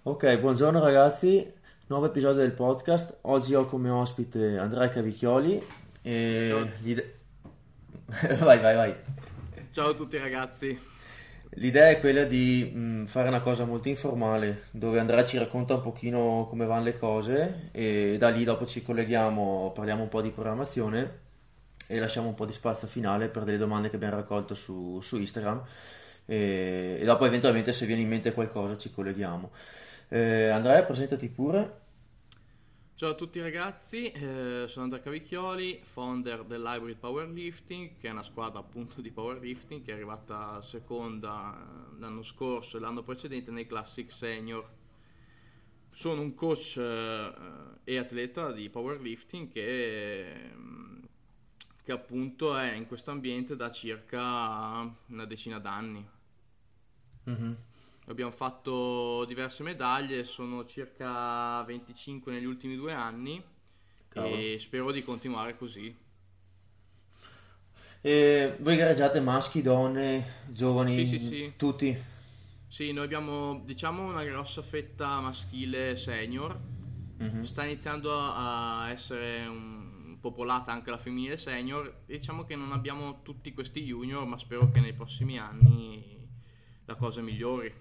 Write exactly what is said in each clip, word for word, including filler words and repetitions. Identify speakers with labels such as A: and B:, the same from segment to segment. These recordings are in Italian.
A: Ok, buongiorno ragazzi, nuovo episodio del podcast. Oggi ho come ospite Andrea Cavicchioli e
B: Ciao,
A: l'ide- vai, vai, vai.
B: ciao a tutti ragazzi.
A: L'idea è quella di mh, fare una cosa molto informale, dove Andrea ci racconta un pochino come vanno le cose e da lì dopo ci colleghiamo, parliamo un po' di programmazione e lasciamo un po' di spazio finale per delle domande che abbiamo raccolto su, su Instagram e, e dopo eventualmente se viene in mente qualcosa ci colleghiamo. Eh, Andrea, presentati pure.
B: Ciao a tutti ragazzi, eh, sono Andrea Cavicchioli, founder dell'Hybrid Powerlifting, che è una squadra appunto di powerlifting che è arrivata seconda eh, l'anno scorso e l'anno precedente nei Classic Senior. Sono un coach eh, e atleta di powerlifting che, mm, che appunto è in questo ambiente da circa una decina d'anni.
A: Mhm.
B: Abbiamo fatto diverse medaglie, sono circa venticinque negli ultimi due anni
A: Cavolo.
B: e spero di continuare così.
A: E voi gareggiate maschi, donne,
B: Sì, sì,
A: giovani,
B: sì.
A: tutti?
B: Sì, noi abbiamo diciamo una grossa fetta maschile senior.
A: Mhm.
B: Sta iniziando a a essere un- popolata anche la femminile senior. Diciamo che non abbiamo tutti questi junior, ma spero che nei prossimi anni la cosa migliori.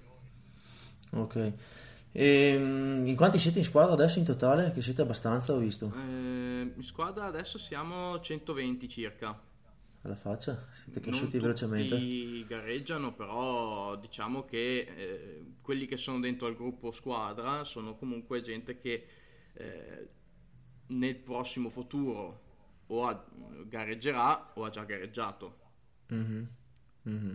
A: Ok. E, mm, in quanti siete in squadra adesso in totale? Che siete abbastanza, ho visto.
B: Eh, in squadra adesso siamo centoventi circa.
A: Alla faccia, siete
B: Non
A: cresciuti velocemente.
B: tutti gareggiano, però diciamo che eh, quelli che sono dentro al gruppo squadra sono comunque gente che eh, nel prossimo futuro o ha- gareggerà o ha già gareggiato.
A: Mhm. Mhm.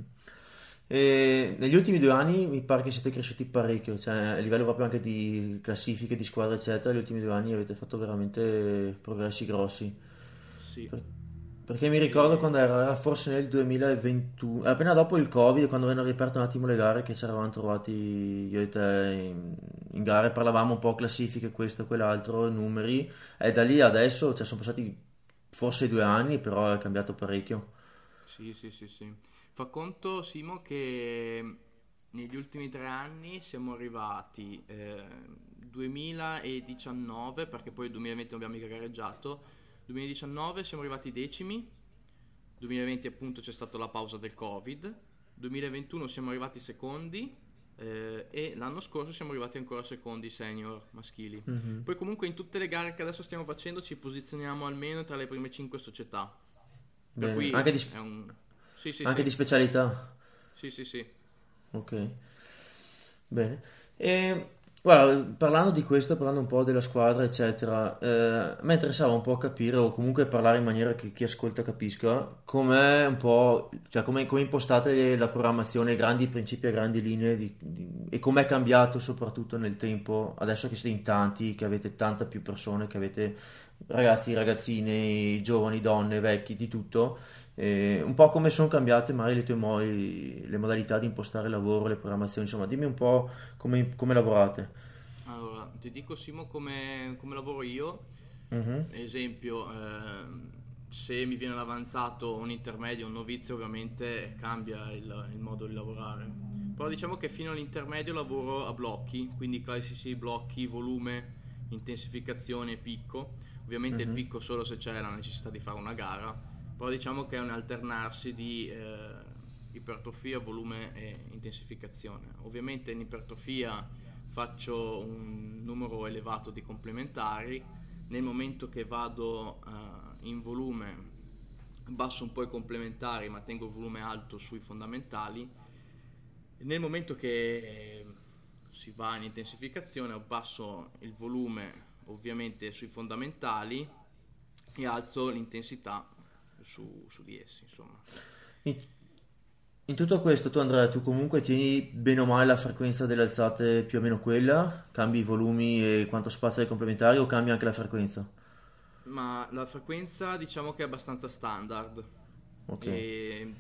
A: E negli ultimi due anni mi pare che siete cresciuti parecchio, cioè a livello proprio anche di classifiche, di squadra, eccetera. Negli ultimi due anni avete fatto veramente progressi grossi.
B: Sì.
A: Per- Perché mi ricordo
B: E
A: quando era, era forse nel duemilaventuno, appena dopo il Covid, quando avevano riaperto un attimo le gare, che ci eravamo trovati io e te in, in gare, parlavamo un po' classifiche, questo e quell'altro, numeri, e da lì adesso, cioè, sono passati forse due anni, però è cambiato parecchio.
B: sì, sì, sì, sì. Fa conto, Simo, che negli ultimi tre anni siamo arrivati eh, duemiladiciannove, perché poi nel duemilaventi non abbiamo mica gareggiato. duemiladiciannove siamo arrivati decimi, duemilaventi appunto c'è stata la pausa del Covid, duemilaventuno siamo arrivati secondi eh, e l'anno scorso siamo arrivati ancora secondi senior maschili.
A: Mhm.
B: Poi comunque in tutte le gare che adesso stiamo facendo ci posizioniamo almeno tra le prime cinque società. Per
A: Bene, anche
B: cui
A: di,
B: è un... Sì, sì,
A: anche di
B: sì.
A: specialità.
B: Sì, sì, sì.
A: Ok. Bene. E guarda, parlando di questo, parlando un po' della squadra, eccetera, eh, a me interessava un po' capire, o comunque parlare in maniera che chi ascolta capisca, com'è un po', cioè come, come impostate la programmazione, grandi principi e grandi linee, di- di- e com'è cambiato soprattutto nel tempo, adesso che siete in tanti, che avete tanta più persone, che avete ragazzi, ragazzine, giovani, donne, vecchi, di tutto. Eh, un po' come sono cambiate magari le tue mo- le modalità di impostare il lavoro, le programmazioni, insomma, dimmi un po' come, come lavorate.
B: Allora, ti dico Simo come, come lavoro io.
A: Mhm,
B: Esempio, ehm, se mi viene avanzato un intermedio, un novizio, ovviamente cambia il, il modo di lavorare. Però diciamo che fino all'intermedio lavoro a blocchi, quindi classici blocchi, volume, intensificazione e picco. Ovviamente il
A: mhm.
B: picco solo se c'è la necessità di fare una gara, però diciamo che è un alternarsi di eh, ipertrofia, volume e intensificazione. Ovviamente in ipertrofia faccio un numero elevato di complementari, nel momento che vado eh, in volume abbasso un po' i complementari ma tengo il volume alto sui fondamentali, nel momento che eh, si va in intensificazione abbasso il volume ovviamente sui fondamentali e alzo l'intensità su, su di essi, insomma.
A: In, in tutto questo tu Andrea, tu comunque tieni bene o male la frequenza delle alzate più o meno quella, cambi i volumi e quanto spazio ai complementari o cambi anche la frequenza?
B: Ma la frequenza diciamo che è abbastanza standard
A: Ok.
B: e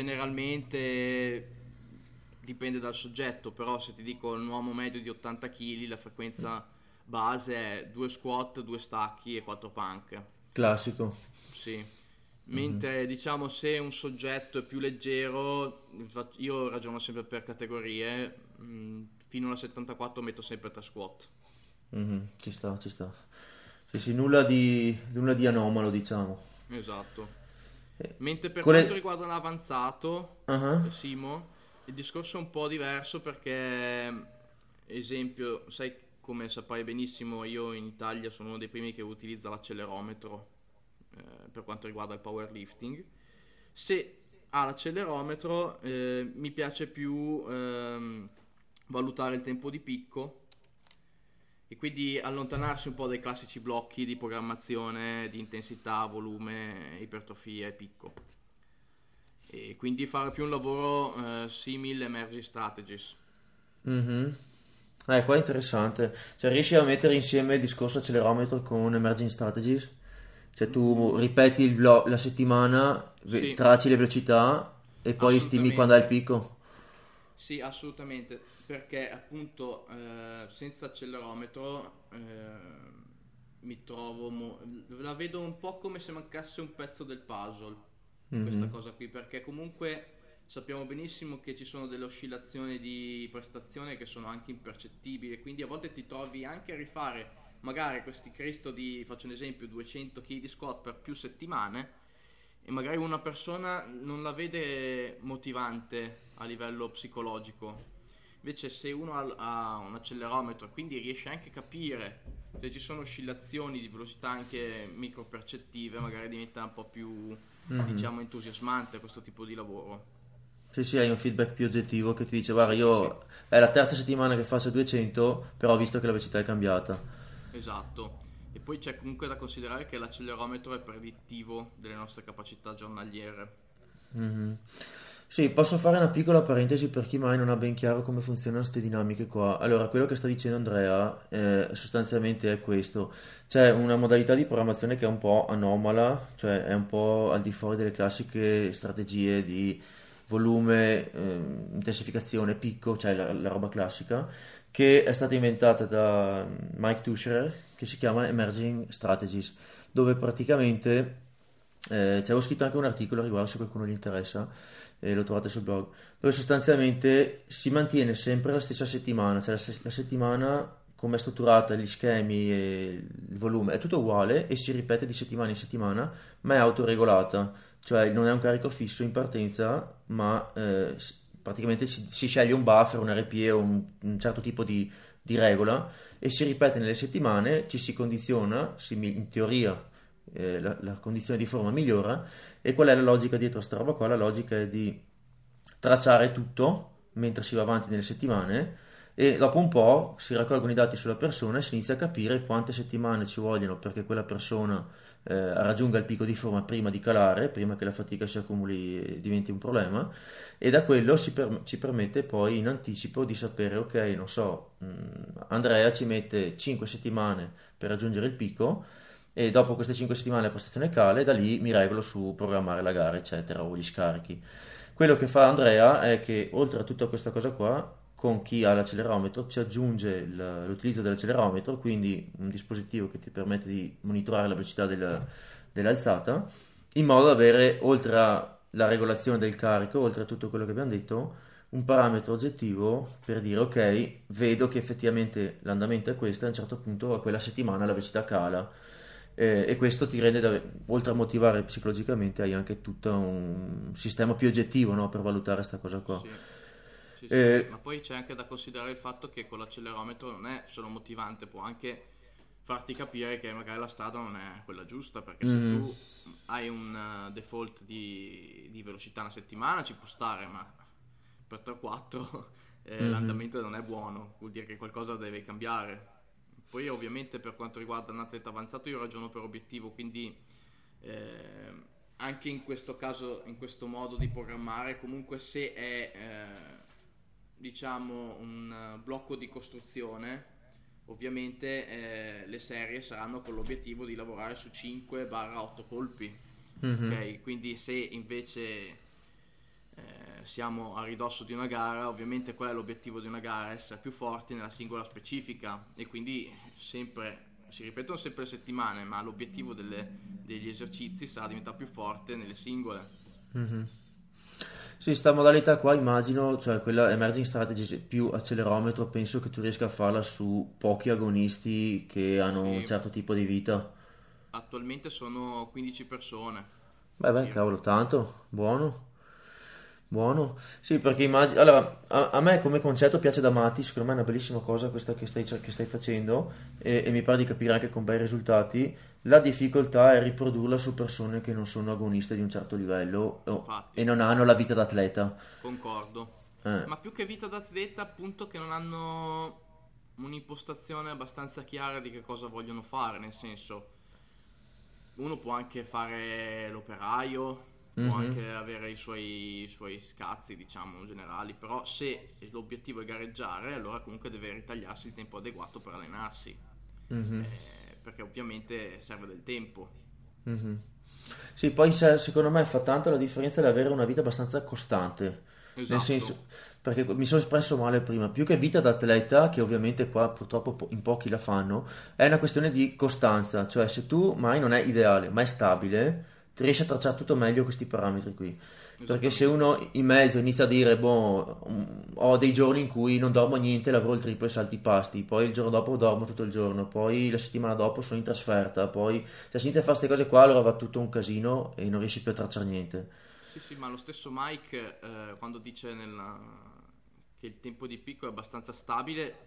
B: generalmente dipende dal soggetto, però se ti dico un uomo medio di ottanta chili la frequenza base è due squat, due stacchi e quattro panche.
A: Classico.
B: Sì.
A: Mhm.
B: Mentre diciamo se un soggetto è più leggero, infa- io ragiono sempre per categorie, mh, fino alla settantaquattro metto sempre tre squat.
A: Mhm, ci sta, ci sta. Sì, sì, nulla di, nulla di anomalo, diciamo.
B: Esatto.
A: Eh,
B: Mentre per
A: con le-
B: quanto riguarda l'avanzato,
A: Ah,
B: eh, Simo, il discorso è un po' diverso perché, esempio, sai come saprai benissimo, io in Italia sono uno dei primi che utilizza l'accelerometro eh, per quanto riguarda il powerlifting. Se ha l'accelerometro, eh, mi piace più ehm, valutare il tempo di picco e quindi allontanarsi un po' dai classici blocchi di programmazione di intensità, volume, ipertrofia e picco. E quindi fare più un lavoro eh, simile emerging strategies.
A: mhm. Eh, qua è interessante. Cioè, riesci a mettere insieme il discorso accelerometro con emerging strategies? Cioè, tu ripeti il blo- la settimana, ve-
B: Sì,
A: tracci le velocità e poi stimi quando hai il
B: assolutamente.
A: picco.
B: Sì, assolutamente, perché appunto eh, senza accelerometro eh, mi trovo, mo- la vedo un po' come se mancasse un pezzo del puzzle, questa
A: Mhm.
B: cosa qui, perché comunque sappiamo benissimo che ci sono delle oscillazioni di prestazione che sono anche impercettibili, quindi a volte ti trovi anche a rifare magari questi Cristo di, faccio un esempio, duecento chili di squat per più settimane e magari una persona non la vede motivante a livello psicologico. Invece se uno ha, ha un accelerometro, quindi riesce anche a capire se ci sono oscillazioni di velocità anche micropercettive, magari diventa un po' più,
A: Mhm.
B: diciamo, entusiasmante questo tipo di lavoro.
A: Sì, sì, hai un feedback più oggettivo che ti dice, guarda,
B: Sì, sì, sì,
A: io è la terza settimana che faccio duecento, però ho visto che la velocità è cambiata.
B: esatto. E poi c'è comunque da considerare che l'accelerometro è predittivo delle nostre capacità giornaliere.
A: Mhm. Sì, posso fare una piccola parentesi per chi mai non ha ben chiaro come funzionano queste dinamiche qua. Allora, quello che sta dicendo Andrea eh, sostanzialmente è questo. C'è una modalità di programmazione che è un po' anomala, cioè è un po' al di fuori delle classiche strategie di volume, ehm, intensificazione, picco, cioè la, la roba classica, che è stata inventata da Mike Tushrer, che si chiama Emerging Strategies, dove praticamente eh, c'avevo scritto anche un articolo a riguardo se qualcuno gli interessa, e lo trovate sul blog, dove sostanzialmente si mantiene sempre la stessa settimana, cioè la, se- la settimana come è strutturata, gli schemi e il volume è tutto uguale e si ripete di settimana in settimana, ma è autoregolata, cioè non è un carico fisso in partenza, ma eh, s- praticamente si, si sceglie un buffer, un R P E o un, un certo tipo di, di regola e si ripete nelle settimane, ci si condiziona, si mi- in teoria eh, la, la condizione di forma migliora. E qual è la logica dietro a sta roba qua? La logica è di tracciare tutto mentre si va avanti nelle settimane e dopo un po' si raccolgono i dati sulla persona e si inizia a capire quante settimane ci vogliono perché quella persona eh, raggiunga il picco di forma prima di calare, prima che la fatica si accumuli e diventi un problema, e da quello si per- ci permette poi in anticipo di sapere, ok, non so, mh, Andrea ci mette cinque settimane per raggiungere il picco e dopo queste cinque settimane la prestazione cala e da lì mi regolo su programmare la gara, eccetera, o gli scarichi. Quello che fa Andrea è che oltre a tutta questa cosa qua, con chi ha l'accelerometro ci aggiunge il- l'utilizzo dell'accelerometro, quindi un dispositivo che ti permette di monitorare la velocità del- dell'alzata, in modo da avere, oltre alla regolazione del carico, oltre a tutto quello che abbiamo detto, un parametro oggettivo per dire ok, vedo che effettivamente l'andamento è questo e a un certo punto a quella settimana la velocità cala. Eh, e questo ti rende, da- oltre a motivare psicologicamente, hai anche tutto un sistema più oggettivo, no, per valutare questa cosa qua.
B: Sì, sì, sì, sì.
A: Eh,
B: Ma poi c'è anche da considerare il fatto che con l'accelerometro non è solo motivante, può anche farti capire che magari la strada non è quella giusta, perché se
A: mhm,
B: tu hai un eh, default di, di velocità una settimana ci può stare, ma per tre o quattro eh,
A: mhm,
B: l'andamento non è buono, vuol dire che qualcosa deve cambiare. Poi ovviamente per quanto riguarda un atleta avanzato io ragiono per obiettivo, quindi eh, anche in questo caso, in questo modo di programmare, comunque se è eh, diciamo un eh, blocco di costruzione, ovviamente eh, le serie saranno con l'obiettivo di lavorare su cinque otto colpi,
A: mhm.
B: ok? Quindi se invece eh, siamo a ridosso di una gara, ovviamente qual è l'obiettivo di una gara? Essere più forti nella singola specifica e quindi sempre, si ripetono sempre le settimane, ma l'obiettivo delle- degli esercizi sarà diventare più forte nelle singole.
A: Mhm. Sì, sta modalità qua immagino, cioè quella emerging strategy più accelerometro, penso che tu riesca a farla su pochi agonisti che hanno un
B: Sì,
A: certo tipo di vita.
B: attualmente sono quindici persone
A: Beh, beh,
B: circa.
A: cavolo, tanto, buono, buono. Sì, perché immagino, allora, a, a me come concetto piace da matti, secondo me è una bellissima cosa questa che stai, che stai facendo e, e mi pare di capire anche con bei risultati. La difficoltà è riprodurla su persone che non sono agoniste di un certo livello o- e
B: Infatti,
A: non hanno la vita d'atleta.
B: concordo.
A: Eh.
B: Ma più che vita d'atleta, appunto che non hanno un'impostazione abbastanza chiara di che cosa vogliono fare, nel senso, uno può anche fare l'operaio, può
A: Mhm,
B: anche avere i suoi, i suoi scazzi, diciamo, generali, però se l'obiettivo è gareggiare, allora comunque deve ritagliarsi il tempo adeguato per allenarsi,
A: mhm,
B: eh, perché ovviamente serve del tempo.
A: mhm. Sì, poi se- secondo me fa tanto la differenza di avere una vita abbastanza costante, nel
B: Esatto,
A: senso, perché mi sono espresso male prima, più che vita d'atleta, che ovviamente qua purtroppo po- in pochi la fanno, è una questione di costanza, cioè se tu mai non è ideale, ma è stabile, tu riesci a tracciare tutto meglio questi parametri qui. Perché se
B: esattamente.
A: uno in mezzo inizia a dire, boh, mm, ho dei giorni in cui non dormo niente, lavoro il triplo e salti i pasti, poi il giorno dopo dormo tutto il giorno, poi la settimana dopo sono in trasferta, poi se si inizia a fare queste cose qua allora va tutto un casino e non riesci più a tracciare niente.
B: Sì, sì, ma lo stesso Mike, eh, quando dice nella- che il tempo di picco è abbastanza stabile,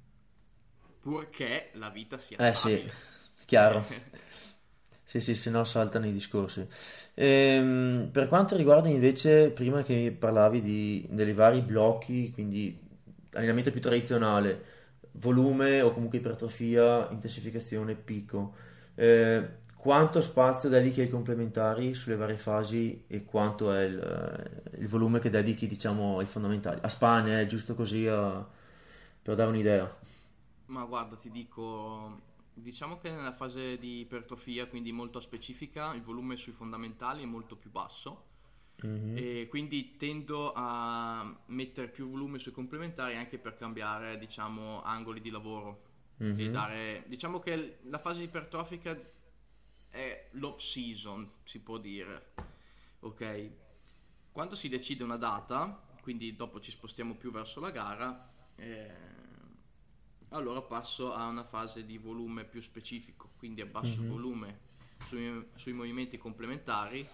B: purché la vita sia
A: Eh sì,
B: stabile. Cioè,
A: chiaro. Sì, sì, se no saltano i discorsi. Ehm, per quanto riguarda invece, prima che parlavi di, dei vari blocchi, quindi allenamento più tradizionale, volume o comunque ipertrofia, intensificazione, picco, eh, quanto spazio dedichi ai complementari sulle varie fasi e quanto è il, il volume che dedichi, diciamo, ai fondamentali? A Spagna, è giusto così a- per dare un'idea.
B: ma guarda, ti dico, diciamo che nella fase di ipertrofia, quindi molto specifica, il volume sui fondamentali è molto più basso
A: Mhm,
B: e quindi tendo a mettere più volume sui complementari anche per cambiare, diciamo, angoli di lavoro e
A: mhm,
B: dare, diciamo che la fase ipertrofica è l'off season, si può dire, ok? Quando si decide una data, quindi dopo ci spostiamo più verso la gara, eh, allora passo a una fase di volume più specifico, quindi abbasso il
A: mhm,
B: volume sui, sui movimenti complementari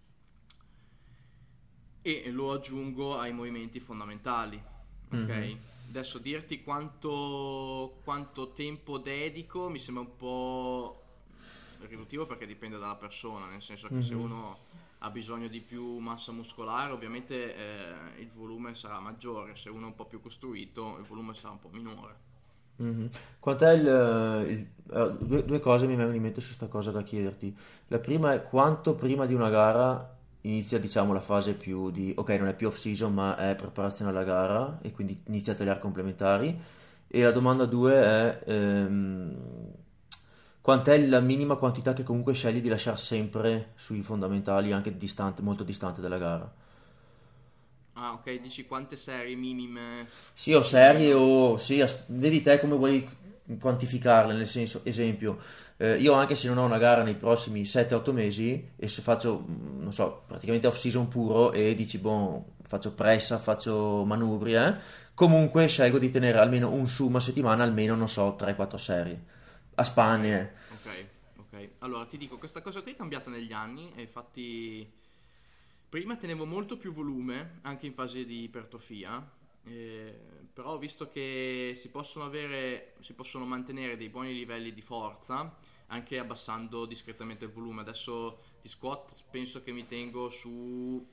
B: e lo aggiungo ai movimenti fondamentali,
A: mhm,
B: ok? Adesso dirti quanto, quanto tempo dedico mi sembra un po' riduttivo perché dipende dalla persona, nel senso che se
A: mhm.
B: uno ha bisogno di più massa muscolare, ovviamente eh, il volume sarà maggiore, se uno è un po' più costruito, il volume sarà un po' minore.
A: Mhm. Quant'è il, il- eh, due, due cose mi vengono in mente su questa cosa da chiederti. La prima è quanto prima di una gara inizia, diciamo, la fase più di, ok, non è più off-season, ma è preparazione alla gara e quindi inizia a tagliare complementari. E la domanda due è ehm, quant'è la minima quantità che comunque scegli di lasciare sempre sui fondamentali, anche distante, molto distante dalla gara.
B: Ah, ok, dici quante serie minime
A: Sì, o
B: più o
A: serie
B: meno?
A: o sì, as- vedi te come vuoi quantificarle, nel senso, esempio, eh, io anche se non ho una gara nei prossimi sette otto mesi e se faccio, mm, non so, praticamente off season puro e dici, boh, faccio pressa, faccio manubri, eh, comunque scelgo di tenere almeno un sum a settimana, almeno, non so, tre quattro serie, a
B: Ok,
A: spanne.
B: ok, ok. Allora ti dico, questa cosa qui è cambiata negli anni e infatti prima tenevo molto più volume anche in fase di ipertrofia, eh, però ho visto che si possono avere, si possono mantenere dei buoni livelli di forza anche abbassando discretamente il volume. Adesso di squat penso che mi tengo su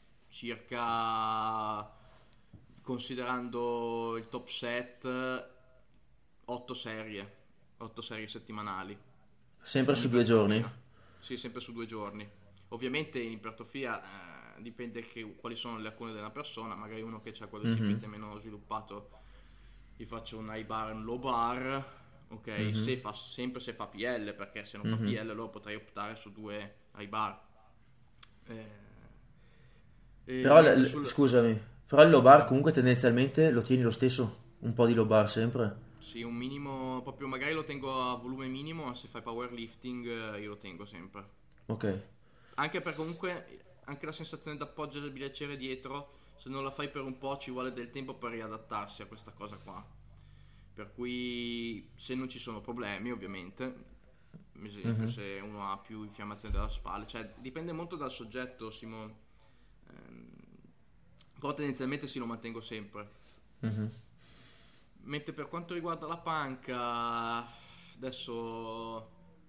B: circa, considerando il top set, otto serie, otto serie settimanali
A: Sempre
B: in
A: su due giorni.
B: ipertrofia. Sì, sempre su due giorni. Ovviamente in ipertrofia eh, dipende che, quali sono le lacune della persona, magari uno che ha quello
A: Mhm,
B: G P T meno sviluppato, gli faccio un high bar e un low bar, ok?
A: mhm,
B: Se fa, sempre se fa P L, perché se non fa
A: mhm.
B: P L allora potrei optare su due high bar. Eh, e
A: Però, l-
B: niente,
A: l-
B: sul...
A: scusami, però il low bar
B: Scusami.
A: comunque tendenzialmente lo tieni lo stesso, un po' di low bar sempre.
B: Sì, un minimo, proprio magari lo tengo a volume minimo, ma se fai powerlifting eh, io lo tengo sempre.
A: Ok.
B: Anche per comunque anche la sensazione d'appoggio del bilanciere dietro, se non la fai per un po' ci vuole del tempo per riadattarsi a questa cosa qua. Per cui se non ci sono problemi, ovviamente, ad esempio
A: Mhm.
B: se uno ha più infiammazione della spalla, cioè dipende molto dal soggetto, Simone. Ehm, però tendenzialmente sì, lo mantengo sempre.
A: Mhm.
B: Mentre per quanto riguarda la panca, adesso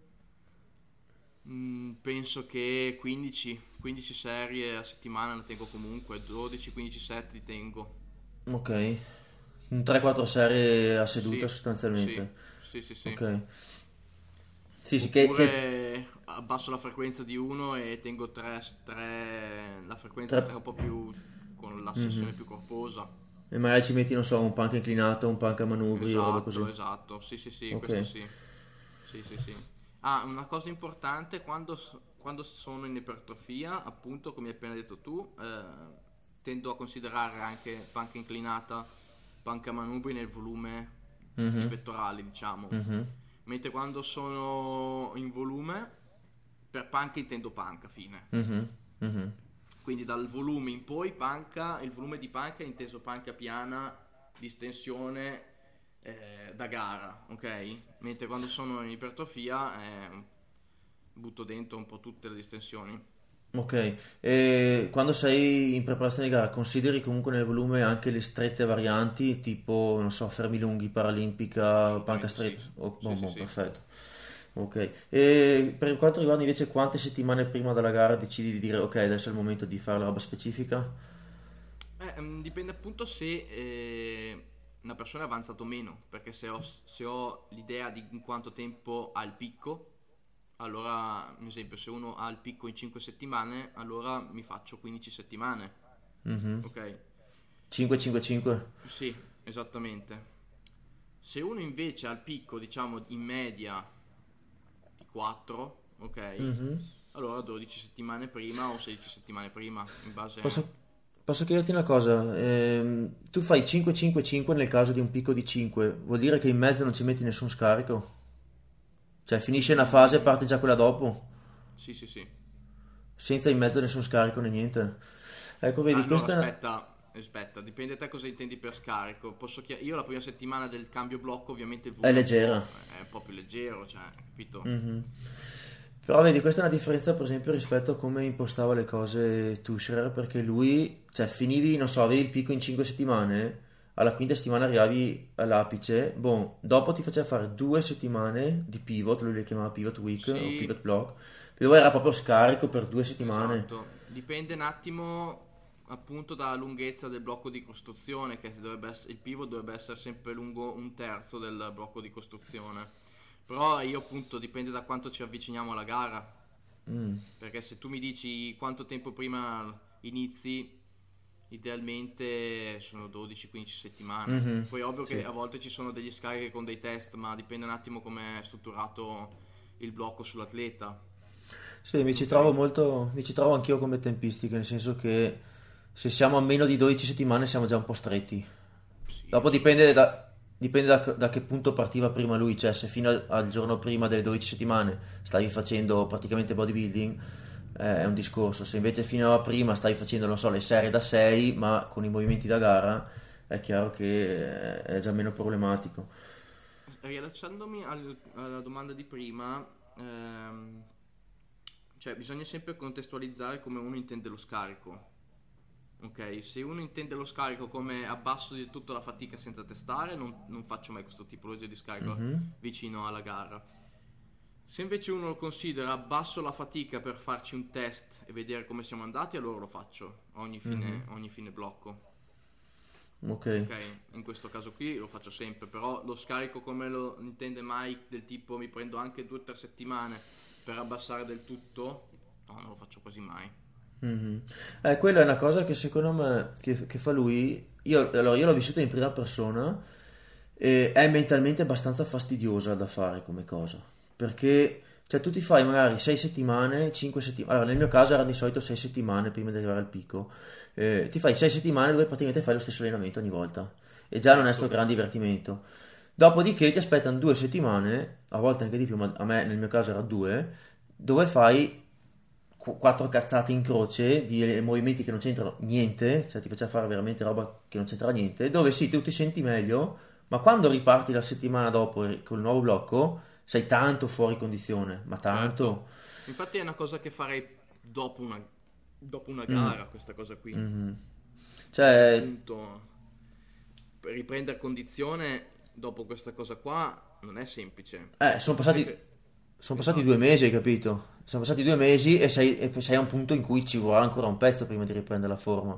B: mm, penso che quindici, quindici serie a settimana ne tengo comunque, dodici quindici set li tengo.
A: Ok. Un tre quattro serie a seduta
B: Sì, sì,
A: sostanzialmente.
B: sì, sì, sì.
A: Ok. Sì, sì, che, che
B: Oppure abbasso la frequenza di uno e tengo tre, tre, la frequenza
A: tre...
B: tre un po' più con la
A: Mhm.
B: sessione più corposa.
A: E magari ci metti, non so, un panca inclinato, un panca a manubri o roba
B: Esatto,
A: così.
B: esatto. Sì, sì, sì,
A: Ok.
B: questo sì. Sì, sì, sì. Ah, una cosa importante, quando, s- quando sono in ipertrofia, appunto, come hai appena detto tu, eh, tendo a considerare anche panca inclinata, panca manubri nel volume di
A: Mhm.
B: pettorali, diciamo.
A: Mhm.
B: Mentre quando sono in volume, per panca intendo panca, fine.
A: Mhm. Mhm.
B: Quindi dal volume in poi panca, il volume di panca è inteso panca piana, distensione eh, da gara, ok? Mentre quando sono in ipertrofia eh, butto dentro un po' tutte le distensioni.
A: Ok. E quando sei in preparazione di gara, consideri comunque nel volume anche le strette varianti, tipo, non so, fermi lunghi, paralimpica, panca
B: Assolutamente sì.
A: stretta? Oh,
B: Sì,
A: boh,
B: sì,
A: boh,
B: sì.
A: perfetto. Ok. E per quanto riguarda invece quante settimane prima della gara decidi di dire ok, adesso è il momento di fare la roba specifica?
B: Eh, mm, dipende appunto se eh, una persona è avanzato o meno, perché se ho, se ho l'idea di in quanto tempo ha il picco, allora, ad esempio, se uno ha il picco in cinque settimane, allora mi faccio quindici settimane,
A: Mhm.
B: ok?
A: cinque cinque cinque?
B: Sì, esattamente. Se uno invece ha il picco, diciamo, in media di quattro, ok?
A: Mhm.
B: Allora dodici settimane prima o sedici settimane prima, in base a...
A: Posso, posso chiederti una cosa? Ehm, tu fai cinque cinque cinque nel caso di un picco di cinque, vuol dire che in mezzo non ci metti nessun scarico? Cioè finisce una fase e
B: Mm,
A: parte già quella dopo,
B: sì, sì, sì.
A: senza in mezzo nessun scarico né niente. Ecco, vedi,
B: Allora,
A: questa è una...
B: aspetta, aspetta, dipende da te cosa intendi per scarico. Posso chia- Io la prima settimana del cambio blocco, ovviamente il
A: è
B: volume è un
A: leggera.
B: po', è un po' più leggero, cioè, capito?
A: Mhm. Però vedi, questa è una differenza per esempio rispetto a come impostava le cose Tushrer, perché lui, cioè finivi, non so, avevi il picco in cinque settimane, alla quinta settimana arrivavi all'apice, boh, dopo ti faceva fare due settimane di pivot, lui le chiamava pivot week o
B: Sì,
A: pivot block, dove era proprio scarico per due settimane.
B: esatto. Dipende un attimo appunto dalla lunghezza del blocco di costruzione, che dovrebbe essere, il pivot dovrebbe essere sempre lungo un terzo del blocco di costruzione. Però io appunto dipende da quanto ci avviciniamo alla gara.
A: Mm,
B: Perché se tu mi dici quanto tempo prima inizi, idealmente sono dodici quindici settimane.
A: mhm,
B: Poi è ovvio che
A: sì.
B: a volte ci sono degli scarichi con dei test, ma dipende un attimo come è strutturato il blocco sull'atleta.
A: Sì, mi ci
B: Ok?
A: trovo molto, mi ci trovo anch'io come tempistiche, nel senso che se siamo a meno di dodici settimane siamo già un po' stretti.
B: Sì,
A: Dopo dipende
B: assolutamente.
A: da, dipende da, da che punto partiva prima lui, cioè se fino al, al giorno prima delle dodici settimane stavi facendo praticamente bodybuilding, eh, è un discorso. Se invece fino a prima stavi facendo, non so, le serie da sei, ma con i movimenti da gara, è chiaro che eh, è già meno problematico.
B: Riallacciandomi al- alla domanda di prima, ehm, cioè bisogna sempre contestualizzare come uno intende lo scarico. Ok, se uno intende lo scarico come abbasso di tutto la fatica senza testare, non, non faccio mai questo tipologia di scarico
A: Mhm,
B: vicino alla gara. Se invece uno lo considera abbasso la fatica per farci un test e vedere come siamo andati, allora lo faccio ogni
A: mhm.
B: fine, ogni fine blocco.
A: Ok.
B: Ok, in questo caso qui lo faccio sempre, però lo scarico come lo intende Mike, del tipo mi prendo anche due o tre settimane per abbassare del tutto, no, non lo faccio quasi mai.
A: Mhm. Eh, quella è una cosa che secondo me che, che fa lui. Io, allora, io l'ho vissuta in prima persona e è mentalmente abbastanza fastidiosa da fare come cosa. Perché cioè, tu ti fai magari sei settimane, cinque settimane. Allora, nel mio caso erano di solito sei settimane prima di arrivare al picco. Eh, ti fai sei settimane dove praticamente fai lo stesso allenamento ogni volta. E già non è sto
B: Certo,
A: gran divertimento. Dopodiché ti aspettano due settimane, a volte anche di più, ma a me nel mio caso era due, dove fai qu- quattro cazzate in croce di eh, movimenti che non c'entrano niente, cioè ti faceva fare veramente roba che non c'entra niente, dove sì, tu ti senti meglio, ma quando riparti la settimana dopo eh, col nuovo blocco, sei tanto fuori condizione, ma tanto.
B: Certo. Infatti è una cosa che farei dopo una, dopo una
A: Mm,
B: gara, questa cosa qui.
A: mhm.
B: Perché
A: Cioè,
B: appunto per riprendere condizione dopo questa cosa qua non è semplice.
A: eh, sono passati,
B: Prefer-
A: sono passati due
B: Esatto.
A: mesi, hai capito? Sono passati due mesi e sei, e sei a un punto in cui ci vorrà ancora un pezzo prima di riprendere la forma.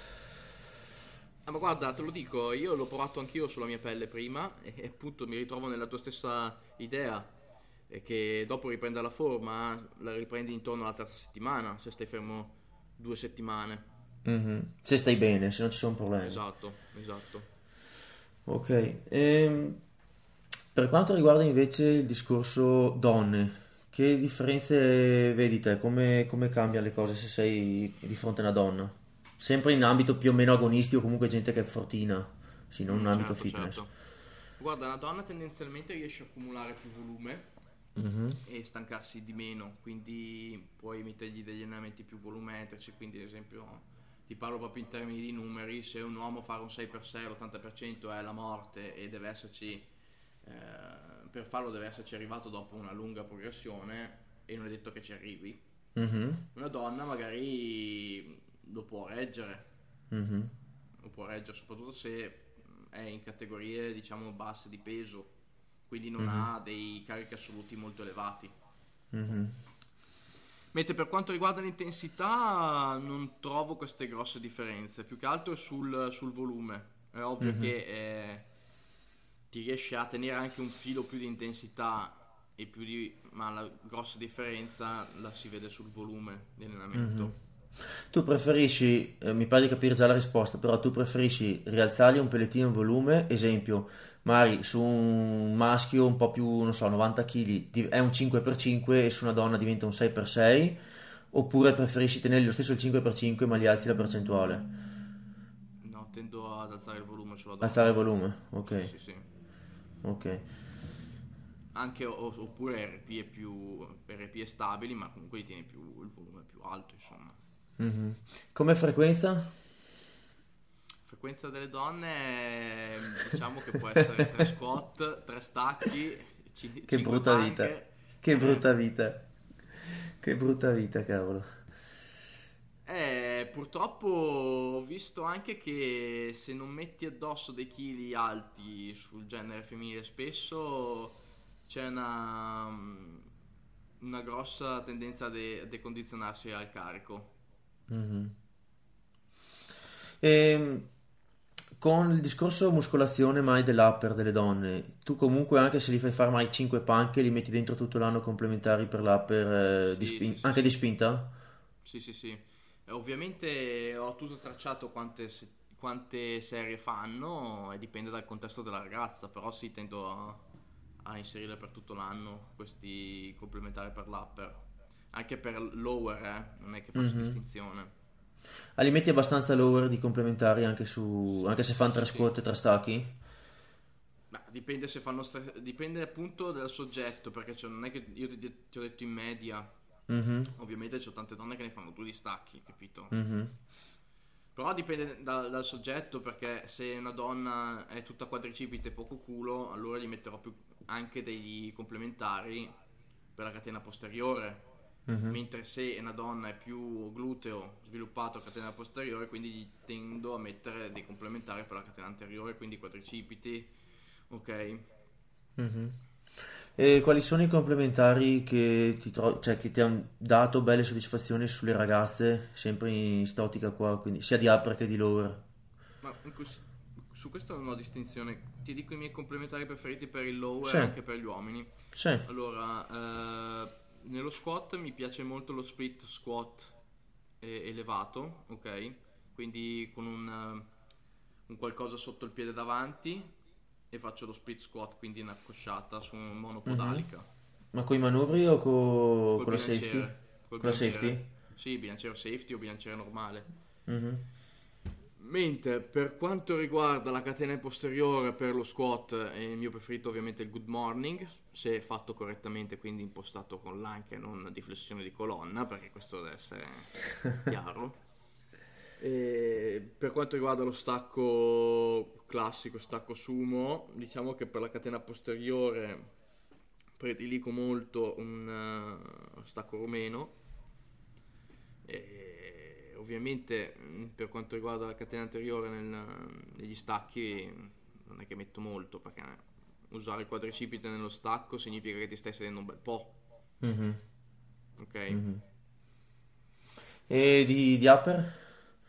B: Ah, ma guarda, te lo dico, io l'ho provato anch'io sulla mia pelle prima e appunto mi ritrovo nella tua stessa idea, e che dopo riprende la forma, la riprendi intorno alla terza settimana, se stai fermo due settimane.
A: Mhm. Se stai bene, se non ci sono problemi.
B: Esatto, esatto.
A: Ok, ehm, per quanto riguarda invece il discorso donne, che differenze vedi te? Come, come cambia le cose se sei di fronte a una donna? Sempre in ambito più o meno agonisti o comunque gente che è fortina, sì, non in
B: Mm,
A: ambito
B: certo,
A: fitness.
B: certo. Guarda, una donna tendenzialmente riesce a accumulare più volume
A: Mhm,
B: e stancarsi di meno, quindi puoi mettergli degli allenamenti più volumetrici, quindi ad esempio ti parlo proprio in termini di numeri, se un uomo fa un sei per sei l'ottanta per cento è la morte e deve esserci, eh, per farlo deve esserci arrivato dopo una lunga progressione e non è detto che ci arrivi.
A: mhm,
B: Una donna magari lo può reggere,
A: mhm,
B: lo può reggere soprattutto se è in categorie diciamo basse di peso, quindi non
A: mhm,
B: ha dei carichi assoluti molto elevati.
A: mhm,
B: Mentre per quanto riguarda l'intensità non trovo queste grosse differenze, più che altro sul, sul volume. È ovvio
A: mhm,
B: che eh, ti riesci a tenere anche un filo più di intensità e più di, ma la grossa differenza la si vede sul volume di
A: mhm.
B: allenamento.
A: Tu preferisci, eh, mi pare di capire già la risposta, però tu preferisci rialzargli un pellettino in volume, esempio, magari su un maschio un po' più, non so, novanta chili è un cinque per cinque e su una donna diventa un sei per sei, oppure preferisci tenergli lo stesso il cinque per cinque ma gli alzi la percentuale?
B: No, tendo ad alzare il volume sulla
A: Alzare
B: donna.
A: il volume,
B: Sì,
A: ok,
B: sì, sì.
A: ok.
B: Anche o- oppure R P E più R P E stabili, ma comunque li tieni più il volume più alto, insomma.
A: Mhm. Come frequenza?
B: Frequenza delle donne, ehm, diciamo che può essere tre squat, tre stacchi,
A: Che
B: cinque
A: brutta vita,
B: panche.
A: che brutta vita, che brutta vita, cavolo.
B: Eh, purtroppo ho visto anche che se non metti addosso dei chili alti sul genere femminile spesso c'è una, una grossa tendenza a de- a decondizionarsi al carico.
A: Mhm. E con il discorso muscolazione mai dell'upper delle donne, tu comunque anche se li fai fare mai cinque panche, li metti dentro tutto l'anno complementari per l'upper, eh, di
B: Sì, sì,
A: spin-
B: sì,
A: anche di
B: sì.
A: spinta?
B: Sì, sì, sì. E ovviamente ho tutto tracciato quante, se- quante serie fanno e dipende dal contesto della ragazza, però sì, tendo a, a inserire per tutto l'anno questi complementari per l'upper. Anche per lower, eh, non è che faccio
A: Mhm.
B: distinzione.
A: Ah, li metti abbastanza lower di complementari anche su,
B: Sì,
A: anche se
B: sì,
A: fanno
B: sì,
A: tre
B: sì.
A: squat e tre stacchi?
B: Ma dipende se fanno stre- dipende appunto dal soggetto, perché cioè, non è che io ti, ti ho detto in media,
A: Mhm,
B: ovviamente c'ho tante donne che ne fanno due di stacchi, capito?
A: mhm,
B: Però dipende da- dal soggetto, perché se una donna è tutta quadricipite e poco culo, allora gli metterò più anche degli complementari per la catena posteriore.
A: mhm.
B: Mentre se una donna è più gluteo sviluppato a catena posteriore, quindi gli tendo a mettere dei complementari per la catena anteriore, quindi quadricipiti, ok?
A: Mhm. E quali sono i complementari che ti, tro- cioè, che ti hanno dato belle soddisfazioni sulle ragazze, sempre in st'ottica qua, quindi sia di upper che di lower?
B: Ma in quest- su questo non ho distinzione. Ti dico i miei complementari preferiti per il lower
A: Sì,
B: e anche per gli uomini.
A: sì.
B: Allora, eh, nello squat mi piace molto lo split squat eh, elevato, ok? Quindi con un, eh, un qualcosa sotto il piede davanti e faccio lo split squat, quindi una cosciata su un
A: Mhm.
B: monopodalica.
A: Ma con i manubri o co-
B: Col
A: con la safety?
B: bilanciere, col
A: Con la
B: bilanciere.
A: safety?
B: Sì, bilanciere safety o bilanciere normale.
A: Mhm.
B: Mentre per quanto riguarda la catena posteriore per lo squat, è il mio preferito ovviamente il good morning, se fatto correttamente, quindi impostato con l'anca e non di flessione di colonna, perché questo deve essere chiaro. E per quanto riguarda lo stacco classico, stacco sumo, diciamo che per la catena posteriore prediligo molto un uh, stacco rumeno. E ovviamente per quanto riguarda la catena anteriore nel, negli stacchi non è che metto molto, perché usare il quadricipite nello stacco significa che ti stai sedendo un bel po'.
A: Mm-hmm.
B: Ok?
A: Mm-hmm. E di, di upper?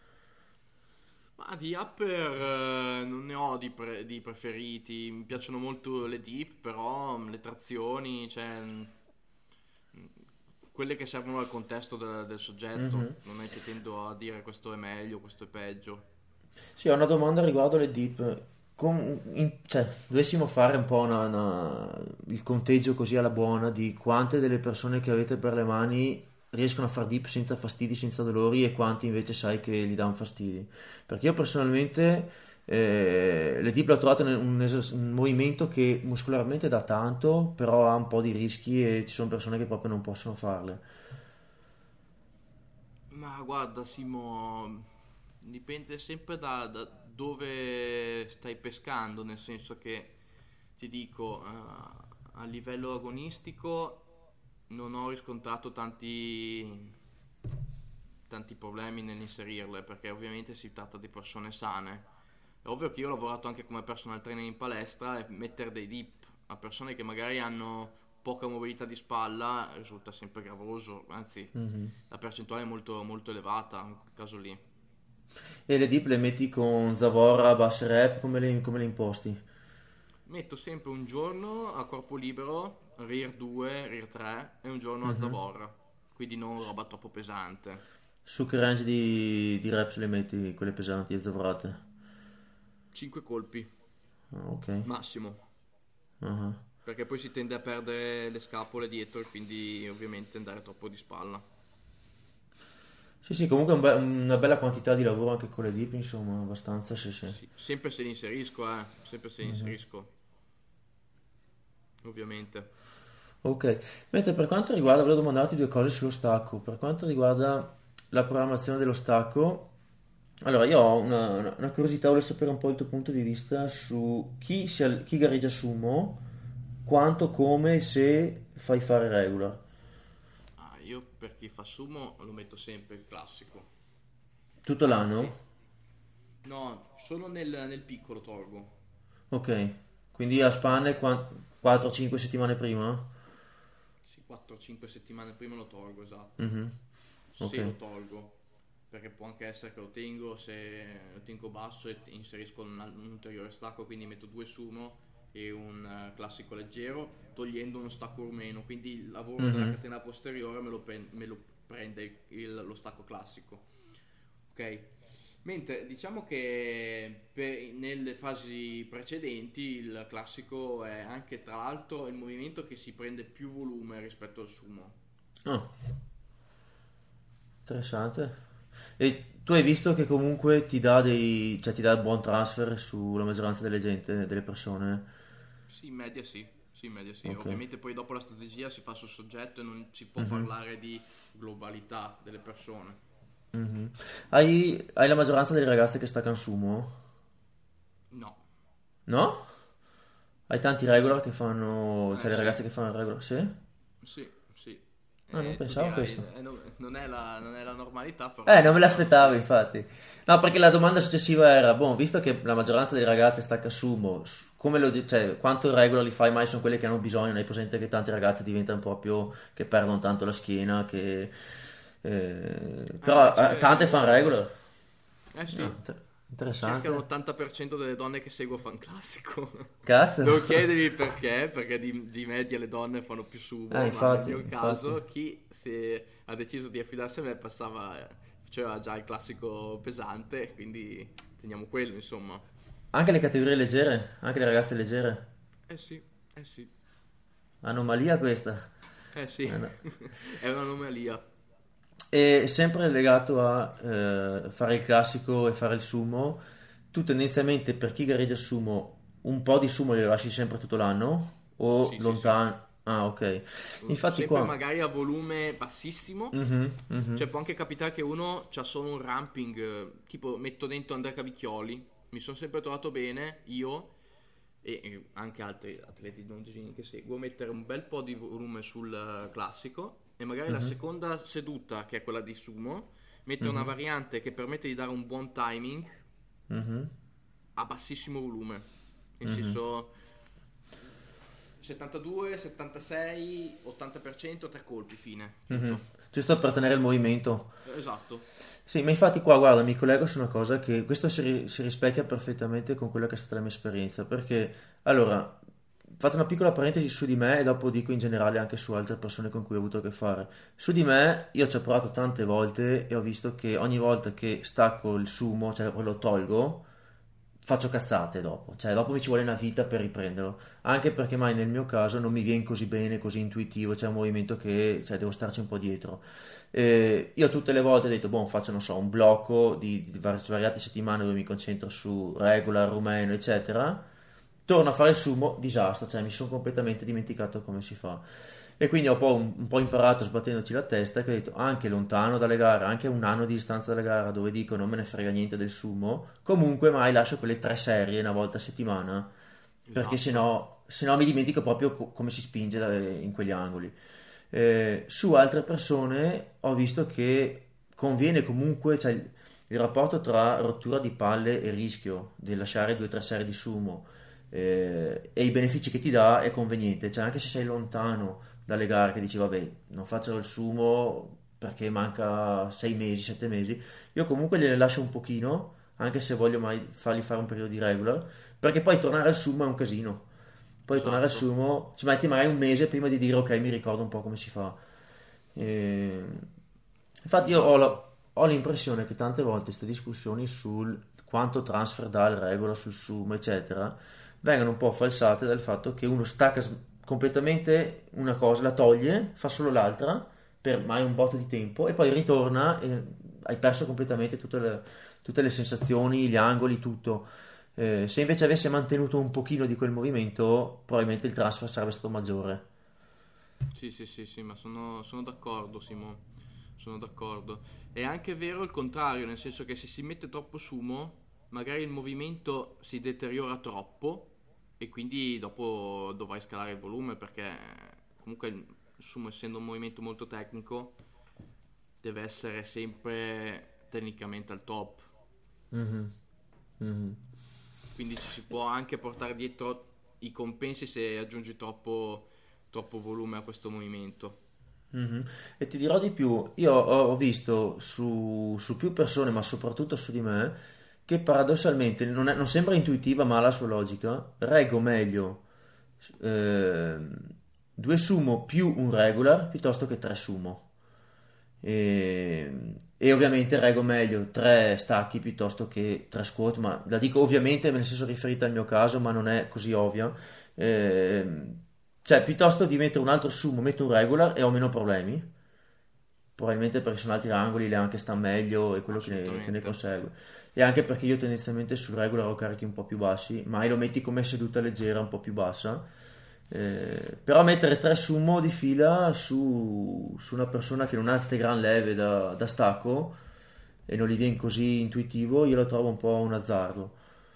B: Ma di upper eh, non ne ho di, pre- di preferiti, mi piacciono molto le dip, però le trazioni, cioè mh, quelle che servono al contesto del, del soggetto,
A: Mm-hmm.
B: non è che tendo a dire questo è meglio, questo è peggio.
A: Sì, ho una domanda riguardo le dip. Com- in- cioè, dovessimo fare un po' una- una- il conteggio così alla buona di quante delle persone che avete per le mani riescono a far dip senza fastidi, senza dolori e quanti invece sai che gli danno fastidi. Perché io personalmente eh, le dip l'ho trovato un, un eser- un movimento che muscolarmente dà tanto, però ha un po' di rischi e ci sono persone che proprio non possono farle.
B: Ma guarda Simo, dipende sempre da, da dove stai pescando, nel senso che ti dico, eh, a livello agonistico non ho riscontrato tanti, tanti problemi nell'inserirle, perché ovviamente si tratta di persone sane. È ovvio che io ho lavorato anche come personal trainer in palestra e mettere dei dip a persone che magari hanno poca mobilità di spalla risulta sempre gravoso, anzi
A: Mhm.
B: la percentuale è molto, molto elevata in quel caso lì.
A: E le dip le metti con Zavorra, basse rep, come le, come le imposti?
B: Metto sempre un giorno a corpo libero, rear due, rear tre e un giorno a
A: Mhm.
B: zavorra, quindi non roba troppo pesante.
A: Su che range di, di reps le metti, quelle pesanti e zavorate?
B: cinque colpi
A: Ah, ok.
B: massimo,
A: Ah.
B: perché poi si tende a perdere le scapole dietro e quindi ovviamente andare troppo di spalla.
A: Sì, sì, comunque un be- una bella quantità di lavoro anche con le dip, insomma, abbastanza, sì, sì.
B: Sì, sempre se li inserisco, eh, sempre se li
A: Mhm.
B: inserisco, ovviamente.
A: Ok, mentre per quanto riguarda, volevo domandarti due cose sullo stacco. Per quanto riguarda la programmazione dello stacco, allora io ho una, una- una curiosità, volevo sapere un po' il tuo punto di vista su chi, si al- chi gareggia sumo, quanto, come e se fai fare regular.
B: Ah, io per chi fa sumo lo metto sempre il classico.
A: Tutto
B: Anzi,
A: l'anno?
B: no, solo nel, nel piccolo tolgo.
A: Ok, quindi
B: Solo
A: a
B: nel
A: spanne
B: piccolo.
A: quattro cinque settimane prima?
B: Sì, quattro cinque settimane prima lo tolgo, esatto.
A: Mhm. Ok.
B: Se lo tolgo, perché può anche essere che lo tengo, se lo tengo basso e inserisco un, un ulteriore stacco, quindi metto due sumo e un eh, classico leggero, togliendo uno stacco rumeno, quindi il lavoro della
A: Mhm.
B: catena posteriore me lo, pre- me lo prende il- il- lo stacco classico. Ok? Mentre diciamo che per- nelle fasi precedenti il classico è anche tra l'altro il movimento che si prende più volume rispetto al sumo.
A: Ah, interessante. E tu hai visto che comunque ti dà dei, cioè ti dà il buon transfer sulla maggioranza delle gente, delle persone?
B: Sì, in media sì, sì, in media sì.
A: Ok.
B: Ovviamente poi dopo la strategia si fa sul soggetto e non si può
A: Mhm.
B: parlare di globalità delle persone.
A: Mhm. Hai, hai la maggioranza delle ragazze che staccano sumo?
B: No,
A: No? Hai tanti regular che fanno,
B: eh
A: cioè le
B: sì,
A: ragazze che fanno il regular? Sì?
B: sì, sì.
A: Ah, non
B: Eh, tu
A: pensavo a
B: dirai,
A: questo.
B: eh, no- non è la, non è la normalità,
A: Eh,
B: però
A: non me
B: purtroppo
A: l'aspettavo,
B: sì.
A: infatti. No, perché la domanda successiva era, boh, visto che la maggioranza delle ragazze stacca sumo, s- come lo, di- cioè, quanto regular li fai? Mai sono quelle che hanno bisogno, hai presente che tante ragazze diventano proprio, che perdono tanto la schiena, che... eh,
B: Ah,
A: però eh,
B: invece
A: tante fanno
B: io...
A: regular.
B: Eh
A: Ah,
B: sì,
A: inter-
B: circa
A: interessante.
B: l'ottanta per cento delle donne che seguo fan classico.
A: Cazzo.
B: Non chiedermi perché, perché di, di media le donne fanno più
A: Eh,
B: sumo, ma nel
A: infatti,
B: mio
A: infatti.
B: caso chi se ha deciso di affidarsi a me passava, faceva già il classico pesante, quindi teniamo quello, insomma.
A: Anche le categorie leggere, anche le ragazze leggere.
B: Eh sì, eh sì,
A: Anomalia questa.
B: eh sì,
A: Eh, no.
B: è un'anomalia.
A: E sempre legato a eh, fare il classico e fare il sumo, tu tendenzialmente per chi gareggia sumo, un po' di sumo lo lasci sempre tutto l'anno o
B: Sì, sì, sì.
A: lontano? Ah, ok. Infatti
B: Sempre
A: qua...
B: magari a volume bassissimo.
A: Mhm, mhm,
B: Cioè può anche capitare che uno c'ha solo un ramping, eh, tipo metto dentro Andrea Cavicchioli, mi sono sempre trovato bene io e e anche altri atleti longini che seguo, mettere un bel po' di volume sul eh, classico e magari la
A: mhm,
B: seconda seduta, che è quella di sumo, mettere una
A: mhm,
B: variante che permette di dare un buon timing
A: mhm,
B: a bassissimo volume. Nel
A: mhm,
B: senso settantadue, settantasei, ottanta per cento, tre colpi, fine,
A: mhm.
B: chiuso.
A: Giusto per tenere il movimento.
B: Esatto.
A: Sì, ma infatti qua, guarda, mi collego su una cosa che questo si, ri- si rispecchia perfettamente con quella che è stata la mia esperienza, perché, allora, faccio una piccola parentesi su di me e dopo dico in generale anche su altre persone con cui ho avuto a che fare. Su di me, io ci ho provato tante volte e ho visto che ogni volta che stacco il sumo, cioè poi lo tolgo, faccio cazzate dopo, cioè dopo mi ci vuole una vita per riprenderlo, anche perché mai nel mio caso non mi viene così bene, così intuitivo, c'è un movimento che cioè, devo starci un po' dietro. Eh, io tutte le volte ho detto, boh, faccio, non so, un blocco di, di var- svariate settimane dove mi concentro su regular, rumeno, eccetera. Torno a fare il sumo, disastro, cioè mi sono completamente dimenticato come si fa. E quindi ho un po', un, un po' imparato sbattendoci la testa che ho detto anche lontano dalle gare, anche a un anno di distanza dalle gare dove dico non me ne frega niente del sumo, comunque mai lascio quelle tre serie una volta a settimana perché
B: Esatto.
A: sennò, sennò mi dimentico proprio co- come si spinge da- in quegli angoli. Eh, su altre persone ho visto che conviene comunque, cioè il, il rapporto tra rottura di palle e rischio di lasciare due o tre serie di sumo eh, e i benefici che ti dà è conveniente, cioè anche se sei lontano dalle gare che dici vabbè non faccio il sumo perché manca sei mesi, sette mesi, io comunque gliene lascio un pochino anche se voglio mai fargli fare un periodo di regular perché poi tornare al sumo è un casino. Poi tornare al
B: Esatto.
A: sumo ci metti magari un mese prima di dire ok, mi ricordo un po' come si fa. E... Infatti io ho,
B: Esatto.
A: la- ho l'impressione che tante volte queste discussioni sul quanto transfer dà il regola sul sumo, eccetera, vengano un po' falsate dal fatto che uno stacca s- completamente una cosa, la toglie, fa solo l'altra per mai un botto di tempo e poi ritorna e hai perso completamente tutte le, tutte le sensazioni, gli angoli, tutto. Eh, se invece avesse mantenuto un pochino di quel movimento, probabilmente il transfer sarebbe stato maggiore.
B: Sì, sì, sì, sì, ma sono, sono d'accordo, Simo. Sono d'accordo. È anche vero il contrario, nel senso che se si mette troppo sumo, magari il movimento si deteriora troppo e quindi dopo dovrai scalare il volume perché comunque il sumo, essendo un movimento molto tecnico, deve essere sempre tecnicamente al top.
A: Mhm, mhm.
B: Quindi ci si può anche portare dietro i compensi se aggiungi troppo, troppo volume a questo movimento.
A: Mhm. E ti dirò di più, io ho ho visto su, su più persone, ma soprattutto su di me, che paradossalmente non, è- non sembra intuitiva, ma ha la sua logica, reggo meglio ehm, due sumo più un regular piuttosto che tre sumo. E, e ovviamente reggo meglio tre stacchi piuttosto che tre squat, ma la dico ovviamente nel senso riferita al mio caso, ma non è così ovvia. Ehm, cioè, piuttosto di mettere un altro sumo, metto un regular e ho meno problemi. Probabilmente perché sono altri angoli, le anche sta meglio e quello che ne, che ne
B: Assolutamente.
A: consegue. E anche perché io tendenzialmente sul regular ho carichi un po' più bassi, mai lo metti come seduta leggera un po' più bassa. Eh, però mettere tre sumo di fila su, su una persona che non ha queste gran leve da, da stacco e non gli viene così intuitivo, io lo trovo un po' un azzardo.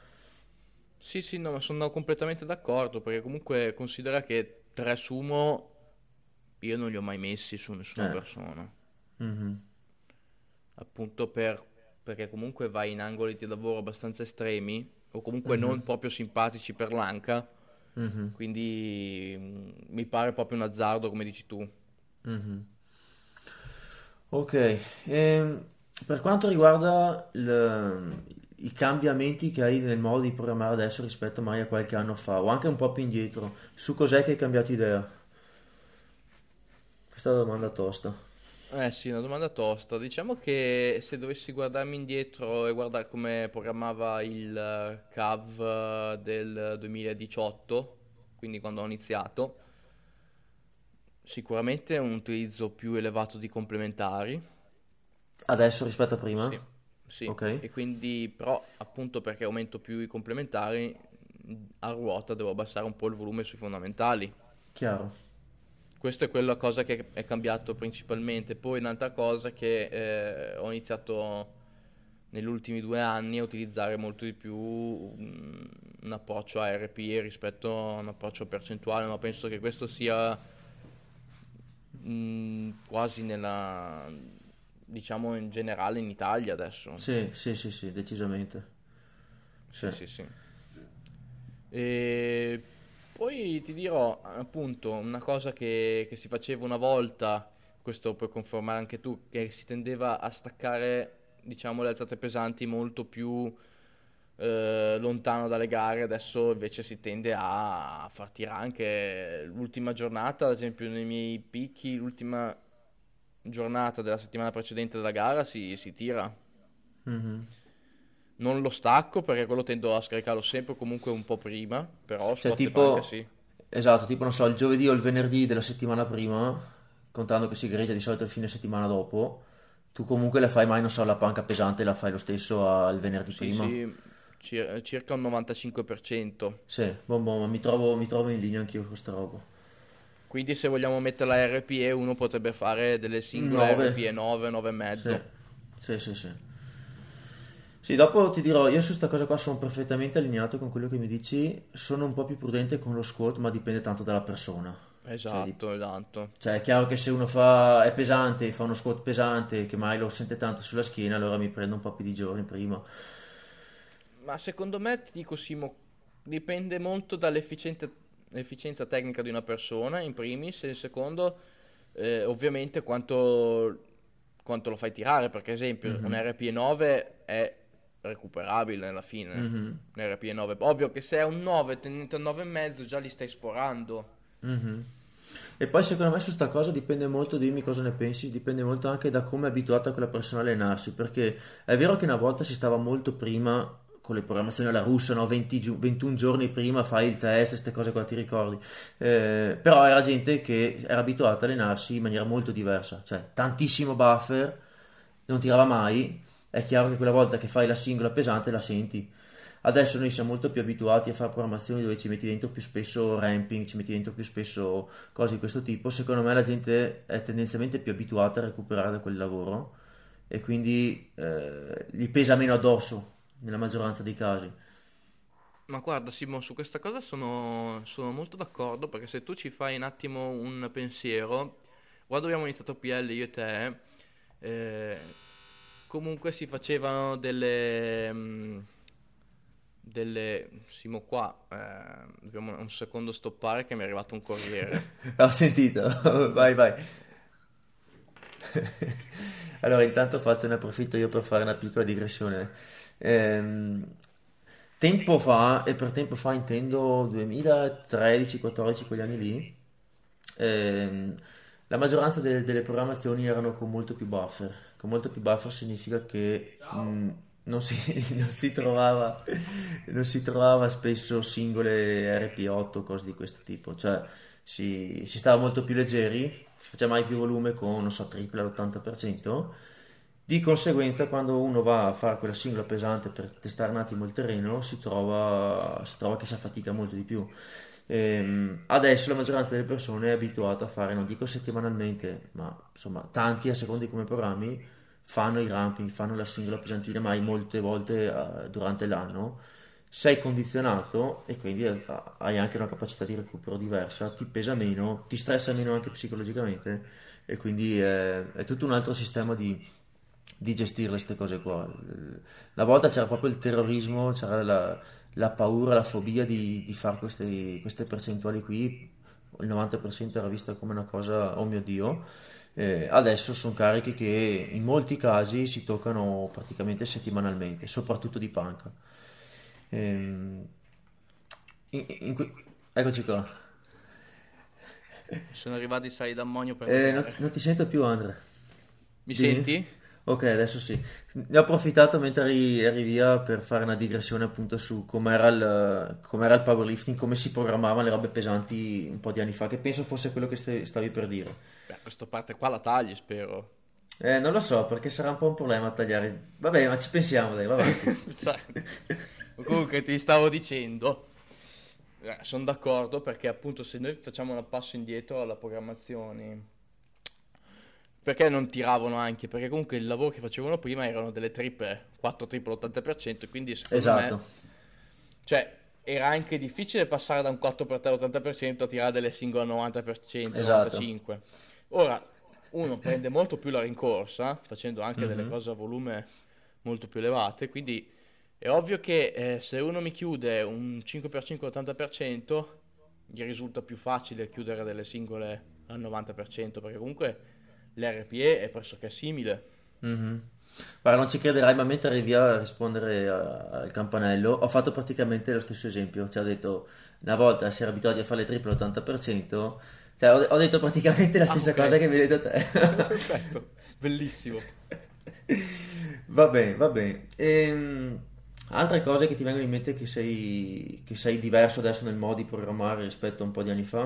B: Sì, sì, no, ma sono completamente d'accordo perché comunque considera che tre sumo io non li ho mai messi su nessuna
A: Eh,
B: persona.
A: mhm,
B: Appunto per- perché comunque vai in angoli di lavoro abbastanza estremi o comunque
A: mhm,
B: non proprio simpatici per l'anca,
A: mhm,
B: quindi mm, mi pare proprio un azzardo come dici tu.
A: mhm. Ok, ehm, per quanto riguarda il- i cambiamenti che hai nel modo di programmare adesso rispetto magari a qualche anno fa o anche un po' più indietro, su cos'è che hai cambiato idea? Questa è una domanda tosta.
B: Eh sì, una domanda tosta. Diciamo che se dovessi guardarmi indietro e guardare come programmava il eh, C A V eh, del duemiladiciotto, quindi quando ho iniziato, sicuramente un utilizzo più elevato di complementari,
A: Adesso rispetto a prima?
B: Sì, sì.
A: Ok,
B: E quindi, però, appunto perché aumento più i complementari, a ruota devo abbassare un po' il volume sui fondamentali.
A: chiaro.
B: Questo è quella cosa che è cambiato principalmente. Poi un'altra cosa che eh, ho iniziato negli ultimi due anni a utilizzare molto di più un, un approccio a R P E rispetto a un approccio percentuale, ma penso che questo sia mh, quasi nella, diciamo in generale in Italia adesso.
A: Sì, sì, sì, sì, decisamente. Sì.
B: Sì, sì, sì. E poi ti dirò, appunto, una cosa che, che si faceva una volta, questo puoi confermare anche tu, che si tendeva a staccare, diciamo, le alzate pesanti molto più eh, lontano dalle gare, adesso invece si tende a far tirare anche l'ultima giornata, ad esempio nei miei picchi, l'ultima giornata della settimana precedente della gara si, si tira.
A: Mhm.
B: Non lo stacco perché quello tendo a scaricarlo sempre comunque un po' prima, però
A: Cioè,
B: squat e panca
A: tipo,
B: sì.
A: esatto, tipo, non so, il giovedì o il venerdì della settimana prima, contando che si gareggia di solito il fine settimana dopo, tu comunque la fai mai, non so, la panca pesante la fai lo stesso al venerdì
B: Sì,
A: prima.
B: sì, cir- circa un novantacinque per cento.
A: Sì, boh, boh, ma mi trovo, mi trovo in linea anch'io con questa roba.
B: Quindi se vogliamo mettere la R P E uno potrebbe fare delle singole
A: nove.
B: R P E nove, nove e
A: Sì,
B: mezzo.
A: sì, sì, sì. Sì, dopo ti dirò, io su questa cosa qua sono perfettamente allineato con quello che mi dici, sono un po' più prudente con lo squat, ma dipende tanto dalla persona. Cioè, di-
B: Esatto, esatto.
A: cioè, è chiaro che se uno fa, è pesante, fa uno squat pesante, che mai lo sente tanto sulla schiena, allora mi prendo un po' più di giorni prima.
B: Ma secondo me, ti dico Simo, dipende molto dall'efficienza efficienza tecnica di una persona, in primis, e in secondo, eh, ovviamente, quanto, quanto lo fai tirare, perché ad esempio un
A: Mhm,
B: R P E nove è recuperabile alla fine,
A: mhm,
B: un R P E nove. Ovvio che se è un nove tenente a nove e mezzo già li stai sforando.
A: mhm. E poi secondo me su sta cosa dipende molto, dimmi cosa ne pensi, dipende molto anche da come è abituata quella persona a allenarsi, perché è vero che una volta si stava molto prima con le programmazioni alla russa, no? venti giu- ventuno giorni prima fai il test, queste cose qua ti ricordi. Eh, però era gente che era abituata a allenarsi in maniera molto diversa, cioè tantissimo buffer, non tirava mai, è chiaro che quella volta che fai la singola pesante la senti. Adesso noi siamo molto più abituati a fare programmazioni dove ci metti dentro più spesso ramping, ci metti dentro più spesso cose di questo tipo. Secondo me la gente è tendenzialmente più abituata a recuperare da quel lavoro e quindi eh, gli pesa meno addosso nella maggioranza dei casi.
B: Ma guarda, Simo, su questa cosa sono, sono molto d'accordo perché se tu ci fai un attimo un pensiero, quando abbiamo iniziato P L io e te, eh, comunque si facevano delle, mm, delle... Simo qua, eh, dobbiamo un secondo stoppare che mi è arrivato un corriere.
A: Ho sentito, vai vai. Allora, intanto faccio, ne approfitto io per fare una piccola digressione. Ehm, tempo fa, e per tempo fa intendo duemilatredici quattordici, quegli anni lì, ehm, la maggioranza de- delle programmazioni erano con molto più buffer. Con molto più buffer significa che mh, non si, non si trovava, non si trovava spesso singole R P otto, cose di questo tipo. Cioè, si, si stava molto più leggeri, si faceva mai più volume con, non so, triple all'ottanta per cento. Di conseguenza, quando uno va a fare quella singola pesante per testare un attimo il terreno, si trova, si trova che si affatica molto di più. Ehm, adesso la maggioranza delle persone è abituata a fare, non dico settimanalmente, ma insomma, tanti a seconda di come programmi fanno i ramping, fanno la singola pesantina, mai molte volte eh, durante l'anno. Sei condizionato e quindi eh, hai anche una capacità di recupero diversa, ti pesa meno, ti stressa meno anche psicologicamente e quindi eh, è tutto un altro sistema di, di gestire queste cose qua. Una volta c'era proprio il terrorismo, c'era la, la paura, la fobia di, di fare queste, queste percentuali qui, il novanta per cento era vista come una cosa, oh mio Dio. Eh, adesso sono cariche che in molti casi si toccano praticamente settimanalmente, soprattutto di panca. Ehm, in- in que- Eccoci qua.
B: Sono arrivati i sali d'ammonio per
A: Eh, non,
B: meare.
A: non ti sento più, Andre.
B: Mi
A: Dimmi.
B: senti?
A: Ok, adesso sì. Ne ho approfittato mentre eri, eri via per fare una digressione appunto su com'era il, com'era il powerlifting, come si programmavano le robe pesanti un po' di anni fa, che penso fosse quello che ste- stavi per dire.
B: Beh, questa parte qua la tagli, spero.
A: Eh, non lo so, perché sarà un po' un problema tagliare. Vabbè, ma ci pensiamo, dai, va avanti.
B: Cioè, comunque ti stavo dicendo, sono d'accordo perché appunto se noi facciamo un passo indietro alla programmazione, perché non tiravano anche? Perché comunque il lavoro che facevano prima erano delle triple, quattro triple ottanta per cento, quindi secondo me,
A: Esatto.
B: cioè, era anche difficile passare da un quattro per tre ottanta per cento a tirare delle singole al novanta per cento,
A: Esatto.
B: novantacinque per cento. Ora, uno prende molto più la rincorsa, facendo anche delle
A: Mhm.
B: cose a volume molto più elevate, quindi è ovvio che eh, se uno mi chiude un cinque per cinque ottanta per cento, gli risulta più facile chiudere delle singole al novanta per cento, perché comunque l'R P E è pressoché simile.
A: Mhm. Guarda, non ci crederai, ma mentre arrivi a rispondere a- al campanello, ho fatto praticamente lo stesso esempio. Cioè, ho detto, una volta si era abituati a fare le triple ottanta per cento, cioè, ho, ho detto praticamente la
B: Ah,
A: stessa
B: ok.
A: cosa che mi hai detto te.
B: Perfetto, bellissimo.
A: Va bene, va bene. Ehm, altre cose che ti vengono in mente che sei, che sei diverso adesso nel modo di programmare rispetto a un po' di anni fa?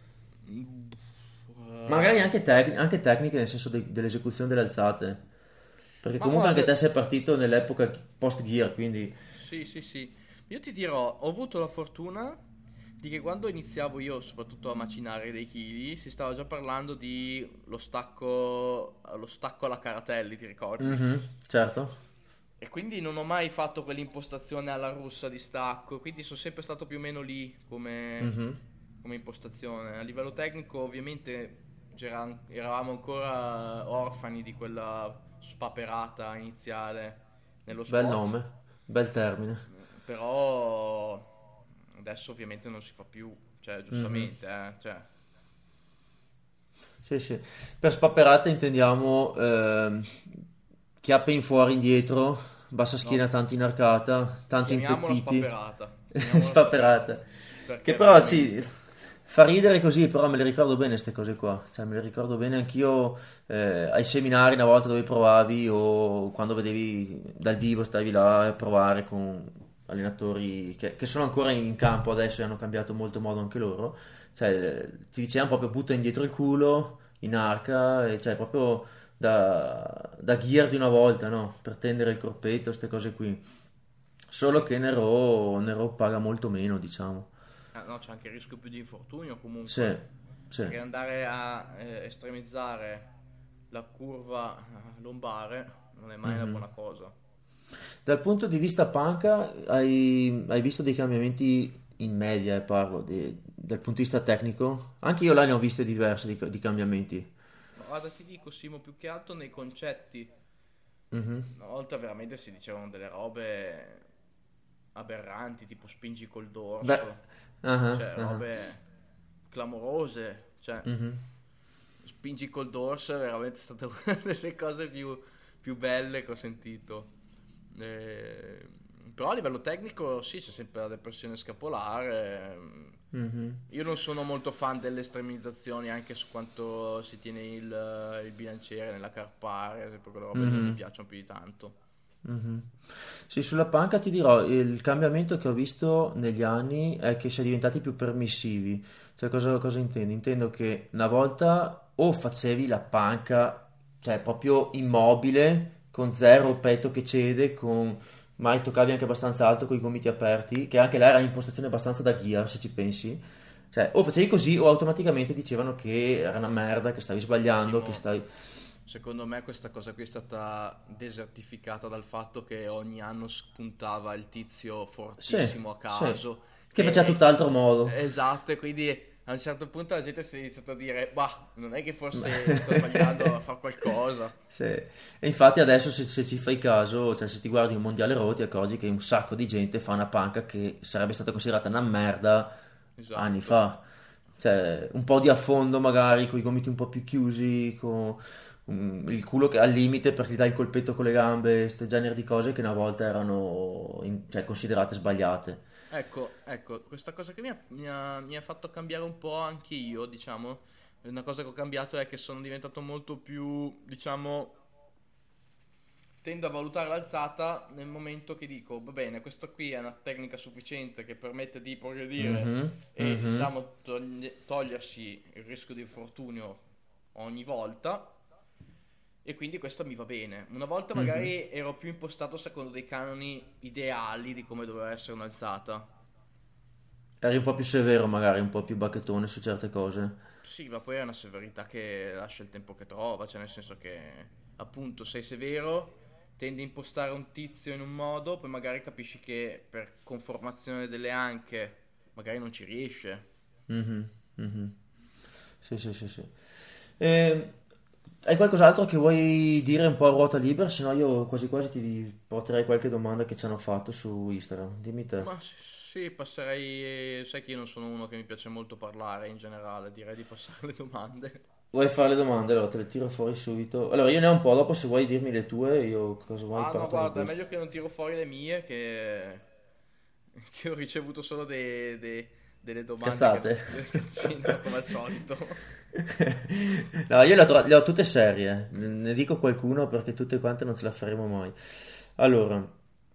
A: Magari
B: Uh,
A: anche, tec- anche tecniche nel senso de- dell'esecuzione delle alzate. Perché
B: ma
A: comunque anche
B: guarda,
A: te sei partito nell'epoca post-gear, quindi...
B: sì, sì, sì. Io ti dirò, ho avuto la fortuna di che quando iniziavo io, soprattutto a macinare dei chili, si stava già parlando di lo stacco, lo stacco alla caratelli, ti ricordi?
A: Mhm, certo.
B: E quindi non ho mai fatto quell'impostazione alla russa di stacco, quindi sono sempre stato più o meno lì come,
A: Mhm.
B: come impostazione. A livello tecnico, ovviamente, c'era- eravamo ancora orfani di quella spaperata iniziale nello
A: Bel
B: squat,
A: nome, bel termine.
B: però adesso ovviamente non si fa più, cioè
A: Mhm.
B: giustamente, eh, cioè,
A: Sì, sì. Per spapperate intendiamo ehm, chiappe in fuori, indietro, bassa schiena,
B: no,
A: tanto in arcata, tanto
B: chiamiamola
A: impettiti,
B: spaperata, chiamiamola spaperata,
A: spapperata. Che
B: perché
A: però sì,
B: veramente...
A: fa ridere così, però me le ricordo bene queste cose qua. Cioè, me le ricordo bene anch'io eh, ai seminari una volta dove provavi o quando vedevi dal vivo stavi là a provare con allenatori che, che sono ancora in campo adesso e hanno cambiato molto modo anche loro. Cioè, ti dicevano proprio butta indietro il culo in arca, e cioè proprio da, da gear di una volta, no? Per tendere il corpetto, queste cose qui. Solo
B: Sì.
A: che nel RAW, nel RAW paga molto meno, diciamo.
B: Ah, no, c'è anche il rischio più di infortunio
A: Sì,
B: comunque,
A: sì.
B: perché andare a eh, estremizzare la curva eh, lombare non è mai una
A: Mhm.
B: buona cosa.
A: Dal punto di vista panca, hai, hai visto dei cambiamenti in media, eh, parlo, di- dal punto di vista tecnico? Anche io là ne ho viste diverse di, di cambiamenti.
B: Ma guarda, ti dico, Simo, più che altro nei concetti.
A: Mhm.
B: Una volta veramente si dicevano delle robe aberranti, tipo spingi col
A: Beh,
B: dorso,
A: ah,
B: cioè
A: ah,
B: robe clamorose, cioè
A: mhm.
B: spingi col dorso è veramente stata una delle cose più, più belle che ho sentito. Eh, però a livello tecnico sì, c'è sempre la depressione scapolare.
A: Mhm.
B: Io non sono molto fan delle estremizzazioni anche su quanto si tiene il, il bilanciere nella carpare, sempre quelle robe lì non mi
A: Mhm.
B: piacciono più di tanto.
A: Mhm. Sì, sulla panca ti dirò, il cambiamento che ho visto negli anni è che si è diventati più permissivi. Cioè, cosa, cosa intendo? Intendo che una volta o facevi la panca, cioè proprio immobile, con zero petto che cede, con mai toccavi anche abbastanza alto con i gomiti aperti, che anche là era un'impostazione abbastanza da gear, se ci pensi. Cioè, o facevi così o automaticamente dicevano che era una merda, che stavi sbagliando, che
B: Simo,
A: stavi...
B: secondo me questa cosa qui è stata desertificata dal fatto che ogni anno spuntava il tizio
A: Sì,
B: fortissimo a
A: sì.
B: caso,
A: Che
B: che
A: faceva
B: è
A: tutt'altro modo.
B: esatto, e quindi a un certo punto la gente si è iniziata a dire, bah, non è che forse sto sbagliando a
A: Beh.
B: fare qualcosa.
A: Sì. E infatti adesso se, se ci fai caso, cioè se ti guardi un mondiale road ti accorgi che un sacco di gente fa una panca che sarebbe stata considerata una merda anni
B: Esatto.
A: fa. Cioè un po' di affondo magari, con i gomiti un po' più chiusi, con mm, il culo che al limite perché ti dai il colpetto con le gambe, questo genere di cose che una volta erano in- cioè, considerate sbagliate.
B: Ecco, ecco, questa cosa che mi ha, mi ha- mi ha fatto cambiare un po' anche io, diciamo. Una cosa che ho cambiato è che sono diventato molto più, diciamo, tendo a valutare l'alzata nel momento che dico, va bene, questa qui è una tecnica sufficiente che permette di progredire
A: Mhm,
B: e,
A: mhm,
B: diciamo, togli- togliersi il rischio di infortunio ogni volta. e quindi questo mi va bene. Una volta
A: Mhm.
B: magari ero più impostato secondo dei canoni ideali di come doveva essere un'alzata.
A: Eri un po' più severo magari, un po' più bacchettone su certe cose.
B: Sì, ma poi è una severità che lascia il tempo che trova, cioè nel senso che appunto sei severo, tendi a impostare un tizio in un modo, poi magari capisci che per conformazione delle anche magari non ci riesce.
A: Mhm, mhm. Sì, sì, sì, sì. E, hai qualcos'altro che vuoi dire un po' a ruota libera? Se no io quasi quasi ti porterei qualche domanda che ci hanno fatto su Instagram. Dimmi te.
B: Ma s- sì, passerei, sai che io non sono uno che mi piace molto parlare in generale, direi di passare le domande.
A: Vuoi fare le domande? Allora te le tiro fuori subito. Allora io ne ho un po', dopo se vuoi dirmi le tue, io cosa vuoi
B: Ah no,
A: parto con
B: guarda, è
A: questo.
B: meglio che non tiro fuori le mie, che, che ho ricevuto solo dei- dei- delle domande che
A: Cazzate.
B: non... delle cazzine, come al solito.
A: No, io le ho, tro- le ho tutte serie, ne dico qualcuno perché tutte quante non ce la faremo mai. Allora,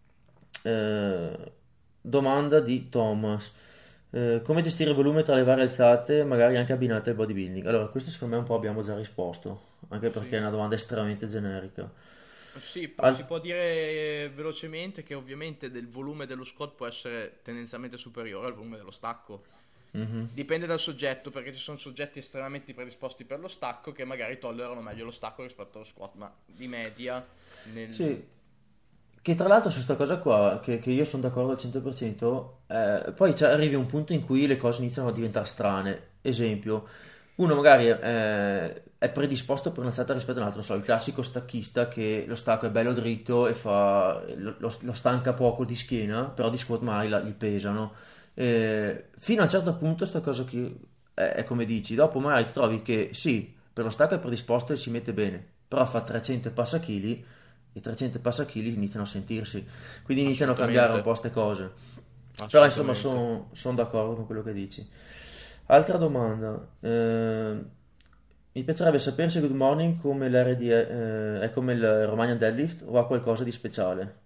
A: eh, domanda di Thomas. Eh, come gestire il volume tra le varie alzate, magari anche abbinate al bodybuilding? Allora, questo secondo me un po' abbiamo già risposto, anche perché è
B: Sì.
A: una domanda estremamente generica.
B: Sì, po- si
A: Al-
B: può dire velocemente che ovviamente del volume dello squat può essere tendenzialmente superiore al volume dello stacco.
A: Mhm.
B: Dipende dal soggetto, perché ci sono soggetti estremamente predisposti per lo stacco che magari tollerano meglio lo stacco rispetto allo squat, ma di media nel...
A: Sì, che tra l'altro su sta cosa qua, che, che io sono d'accordo al cento per cento, eh, poi c'è- arrivi a un punto in cui le cose iniziano a diventare strane. Esempio, uno magari eh, è predisposto per un'alzata rispetto a un altro, non so, il classico stacchista che lo stacco è bello dritto e fa, lo, lo- lo stanca poco di schiena, però di squat mai la- gli pesano. Eh, fino a un certo punto sta cosa qui è, è come dici, dopo magari ti trovi che sì, per lo stacco è predisposto e si mette bene, però fa trecento e passa chili e trecento e passa chili iniziano a sentirsi, quindi iniziano a cambiare un
B: Assolutamente,
A: po' queste cose. Però insomma
B: assolutamente.
A: sono d'accordo con quello che dici. Altra domanda. Eh, mi piacerebbe sapere se Good Morning come l'R D, eh, è come il Romanian Deadlift o ha qualcosa di speciale.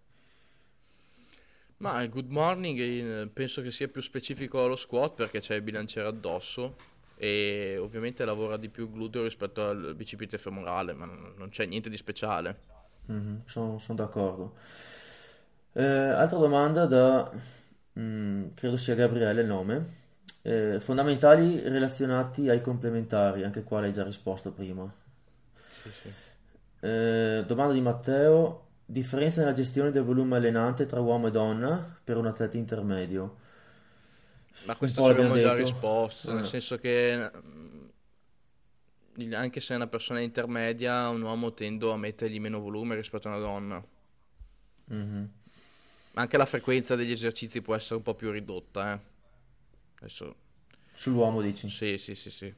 B: Ma il good morning eh, penso che sia più specifico allo squat perché c'è il bilanciere addosso e ovviamente lavora di più il gluteo rispetto al bicipite femorale, ma non non c'è niente di speciale.
A: sono d'accordo. Eh, altra domanda da, mm, credo sia Gabriele il nome. Eh, fondamentali relazionati ai complementari, anche qua l'hai già risposto prima.
B: Sì, sì.
A: Eh, domanda di Matteo, differenza nella gestione del volume allenante tra uomo e donna per un atleta intermedio.
B: Ma
A: Un
B: questo
A: po'
B: ci
A: l'abbiamo
B: abbiamo già
A: detto.
B: risposto, nel
A: Eh,
B: senso che mm, il- anche se è una persona intermedia, un uomo tendo a mettergli meno volume rispetto a una donna.
A: mhm.
B: Ma anche la frequenza degli esercizi può essere un po' più ridotta, eh. Adesso,
A: Sull'uomo dici.
B: sì, sì, sì, sì.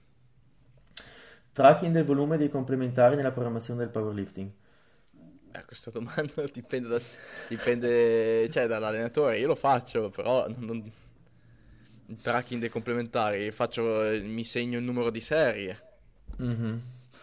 A: Tracking del volume dei complementari nella programmazione del powerlifting.
B: Eh, questa domanda dipende, da, dipende, cioè, dall'allenatore. Io lo faccio, però non, il tracking dei complementari, faccio, eh, mi segno il numero di serie.
A: Mhm.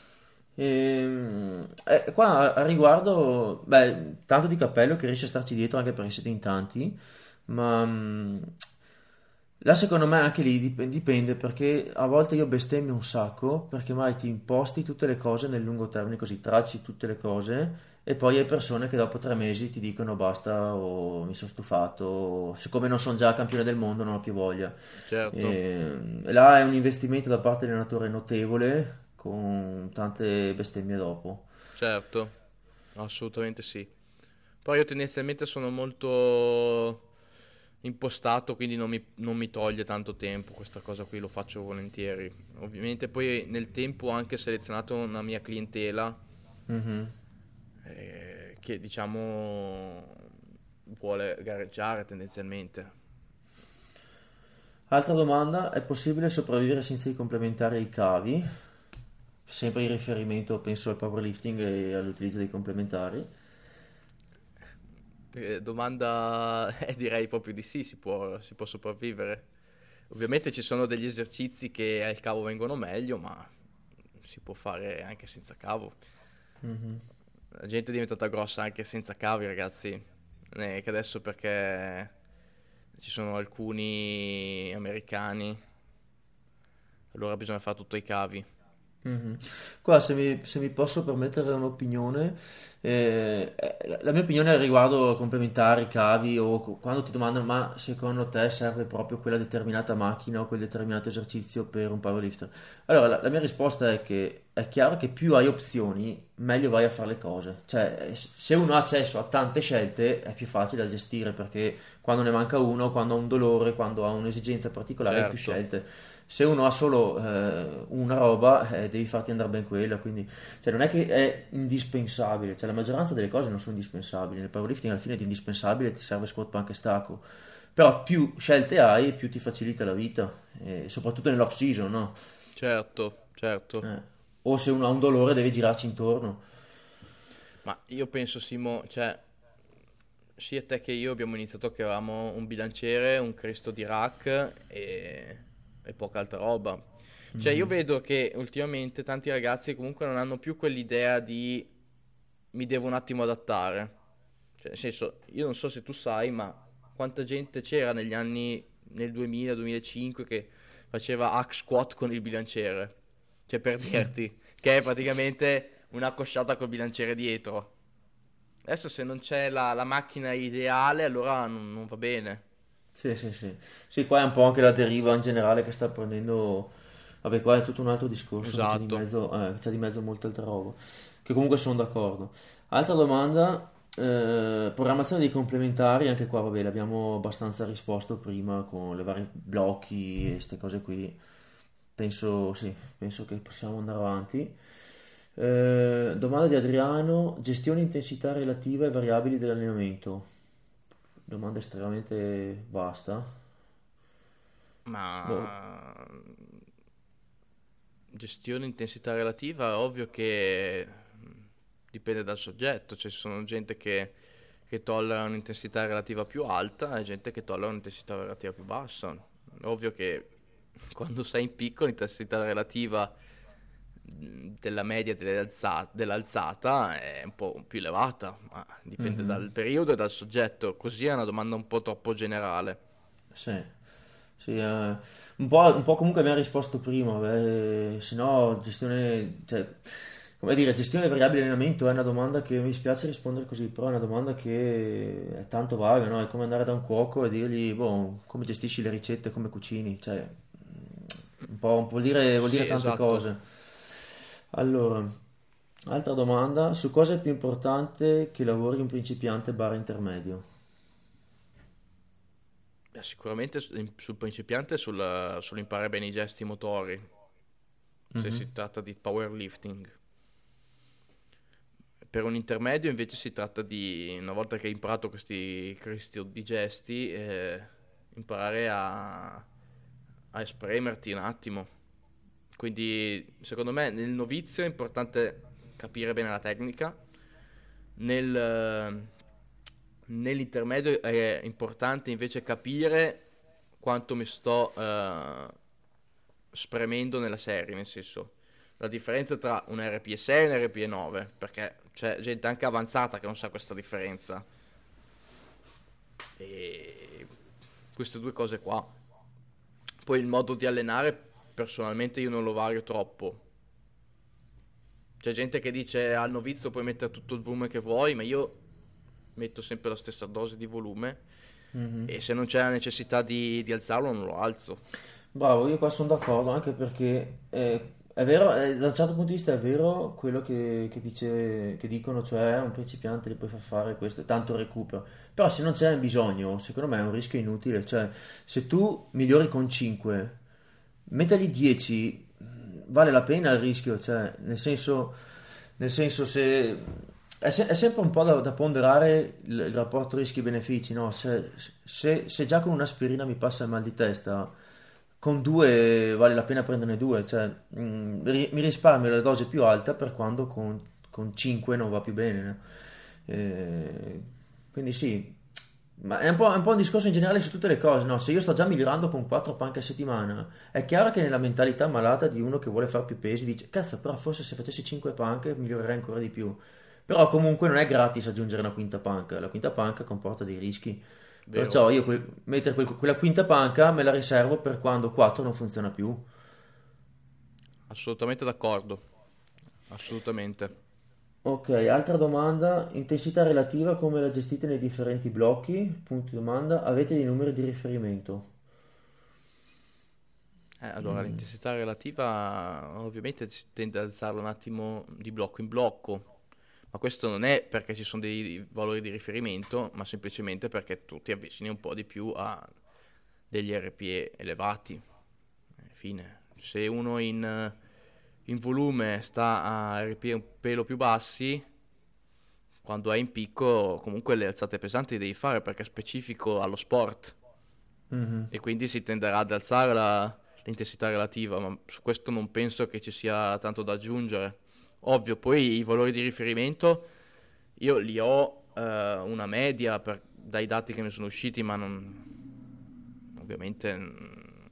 A: Ehm, eh, qua a riguardo, beh, tanto di cappello che riesce a starci dietro anche perché siete in tanti, ma mm, là secondo me anche lì dip- dipende perché a volte io bestemmio un sacco perché mai ti imposti tutte le cose nel lungo termine, così tracci tutte le cose e poi hai persone che dopo tre mesi ti dicono basta o mi sono stufato, o siccome non sono già campione del mondo non ho più voglia.
B: Certo,
A: E, e là è un investimento da parte dell'allenatore notevole con tante bestemmie dopo.
B: certo, assolutamente sì. Poi io tendenzialmente sono molto impostato, quindi non mi, non mi toglie tanto tempo, questa cosa qui lo faccio volentieri. Ovviamente poi nel tempo ho anche selezionato una mia clientela
A: Mhm.
B: eh, che diciamo vuole gareggiare tendenzialmente.
A: Altra domanda, è possibile sopravvivere senza i complementari ai cavi? Sempre in riferimento, penso, al powerlifting e all'utilizzo dei complementari.
B: Eh, domanda, eh, direi proprio di sì, si può, si può sopravvivere. Ovviamente ci sono degli esercizi che al cavo vengono meglio, ma si può fare anche senza cavo.
A: Mhm.
B: La gente è diventata grossa anche senza cavi, ragazzi. Non è che adesso perché ci sono alcuni americani, allora bisogna fare tutto ai cavi.
A: Mhm. Qua, se mi, se mi posso permettere un'opinione, eh, eh, la mia opinione riguardo complementari, cavi o co- quando ti domandano ma secondo te serve proprio quella determinata macchina o quel determinato esercizio per un powerlifter? Allora, la, la mia risposta è che è chiaro che più hai opzioni, meglio vai a fare le cose. Cioè, eh, se uno ha accesso a tante scelte, è più facile da gestire perché quando ne manca uno, quando ha un dolore, quando ha un'esigenza particolare, hai più
B: Certo,
A: scelte. Se uno ha solo eh, una roba, eh, devi farti andare ben quella, quindi cioè, non è che è indispensabile, cioè, la maggioranza delle cose non sono indispensabili. Nel powerlifting alla fine di indispensabile ti serve squat, panca e stacco, però più scelte hai, più ti facilita la vita, e soprattutto nell'off season, no?
B: certo, certo.
A: Eh, O se uno ha un dolore deve girarci intorno.
B: Ma io penso, Simo, cioè, sia te che io abbiamo iniziato che avevamo un bilanciere, un Cristo di rack e, e poca altra roba. Cioè, io
A: Mhm.
B: vedo che ultimamente tanti ragazzi comunque non hanno più quell'idea di mi devo un attimo adattare. Cioè, nel senso, io non so se tu sai, ma quanta gente c'era negli anni, nel duemila-duemilacinque che faceva hack squat con il bilanciere. Cioè, per dirti, che è praticamente una cosciata col bilanciere dietro. Adesso se non c'è la, la macchina ideale, allora non, non va bene.
A: Sì, sì, sì. Sì, qua è un po' anche la deriva in generale che sta prendendo. Vabbè, qua è tutto un altro discorso che c'è di
B: Esatto.
A: mezzo, eh, che c'è di mezzo molta altra roba. Che comunque sono d'accordo. Altra domanda, eh, programmazione dei complementari, anche qua, vabbè, l'abbiamo abbastanza risposto prima con le vari blocchi e queste cose qui. Penso, sì, penso che possiamo andare avanti. Eh, domanda di Adriano, gestione intensità relativa e variabili dell'allenamento. Domanda estremamente vasta. Boh.
B: Ma gestione intensità relativa, è ovvio che dipende dal soggetto. Cioè, ci sono gente che, che tollera un'intensità relativa più alta e gente che tollera un'intensità relativa più bassa. È ovvio che quando sei in picco l'intensità relativa mh, della media delle alza- dell'alzata è un po' più elevata, ma dipende
A: Mhm.
B: dal periodo e dal soggetto. Così è una domanda un po' troppo generale.
A: Sì, sì, eh, un po', un po' comunque abbiamo risposto prima, beh, se no gestione, cioè, come dire, gestione delle variabili di allenamento è una domanda che mi spiace rispondere così, però è una domanda che è tanto vaga, no? È come andare da un cuoco e dirgli, boh, come gestisci le ricette, come cucini, cioè, un po', vuol dire, vuol dire
B: Sì,
A: tante
B: esatto.
A: cose. Allora, altra domanda, su cosa è più importante che lavori un principiante barra intermedio?
B: Beh, sicuramente su- sul principiante sul, sull'imparare bene i gesti motori, se
A: Mhm.
B: si tratta di powerlifting. Per un intermedio invece si tratta di, una volta che hai imparato questi, questi di gesti, eh, imparare a, a esprimerti un attimo. Quindi secondo me nel novizio è importante capire bene la tecnica, nel, eh, nell'intermedio è importante invece capire quanto mi sto eh, spremendo nella serie, nel senso la differenza tra un R P E sei e un R P E nove, perché c'è gente anche avanzata che non sa questa differenza. E queste due cose qua. Poi il modo di allenare, personalmente io non lo vario troppo. C'è gente che dice al novizio puoi mettere tutto il volume che vuoi, ma io metto sempre la stessa dose di volume
A: Mhm.
B: e se non c'è la necessità di, di alzarlo non lo alzo.
A: Bravo, io qua sono d'accordo anche perché eh, è vero, eh, da un certo punto di vista è vero quello che, che dice, che dicono, cioè un principiante gli puoi far fare questo, tanto recupero. Però se non c'è bisogno, secondo me è un rischio inutile. Cioè, se tu migliori con cinque, mettergli dieci, vale la pena il rischio, cioè, nel senso, nel senso se... È, se- è sempre un po' da, da ponderare il, il rapporto rischi-benefici, no? Se, se- se già con un'aspirina mi passa il mal di testa, con due vale la pena prenderne due, cioè mm, ri- mi risparmio la dose più alta per quando con, con cinque non va più bene, no? Eh, quindi sì, ma è un po', è un po' un discorso in generale su tutte le cose, no? Se io sto già migliorando con quattro panche a settimana, è chiaro che nella mentalità malata di uno che vuole fare più pesi dice, cazzo, però forse se facessi cinque panche migliorerei ancora di più. Però comunque non è gratis aggiungere una quinta panca, la quinta panca comporta dei rischi.
B: Vero?
A: Perciò io quel- mettere quel- quella quinta panca me la riservo per quando quattro non funziona più.
B: Assolutamente d'accordo, assolutamente.
A: Ok, altra domanda, intensità relativa come la gestite nei differenti blocchi? Punto di domanda, avete dei numeri di riferimento?
B: Eh, allora, l'intensità relativa ovviamente si tende ad alzarla un attimo di blocco in blocco, ma questo non è perché ci sono dei valori di riferimento, ma semplicemente perché tu ti avvicini un po' di più a degli R P E elevati. Eh, Fine. Se uno in, in volume sta a R P E un pelo più bassi, quando è in picco comunque le alzate pesanti devi fare perché è specifico allo sport
A: Mhm.
B: e quindi si tenderà ad alzare la- l'intensità relativa, ma su questo non penso che ci sia tanto da aggiungere. Ovvio, poi i valori di riferimento io li ho eh, una media per- dai dati che mi sono usciti, ma non, ovviamente mm,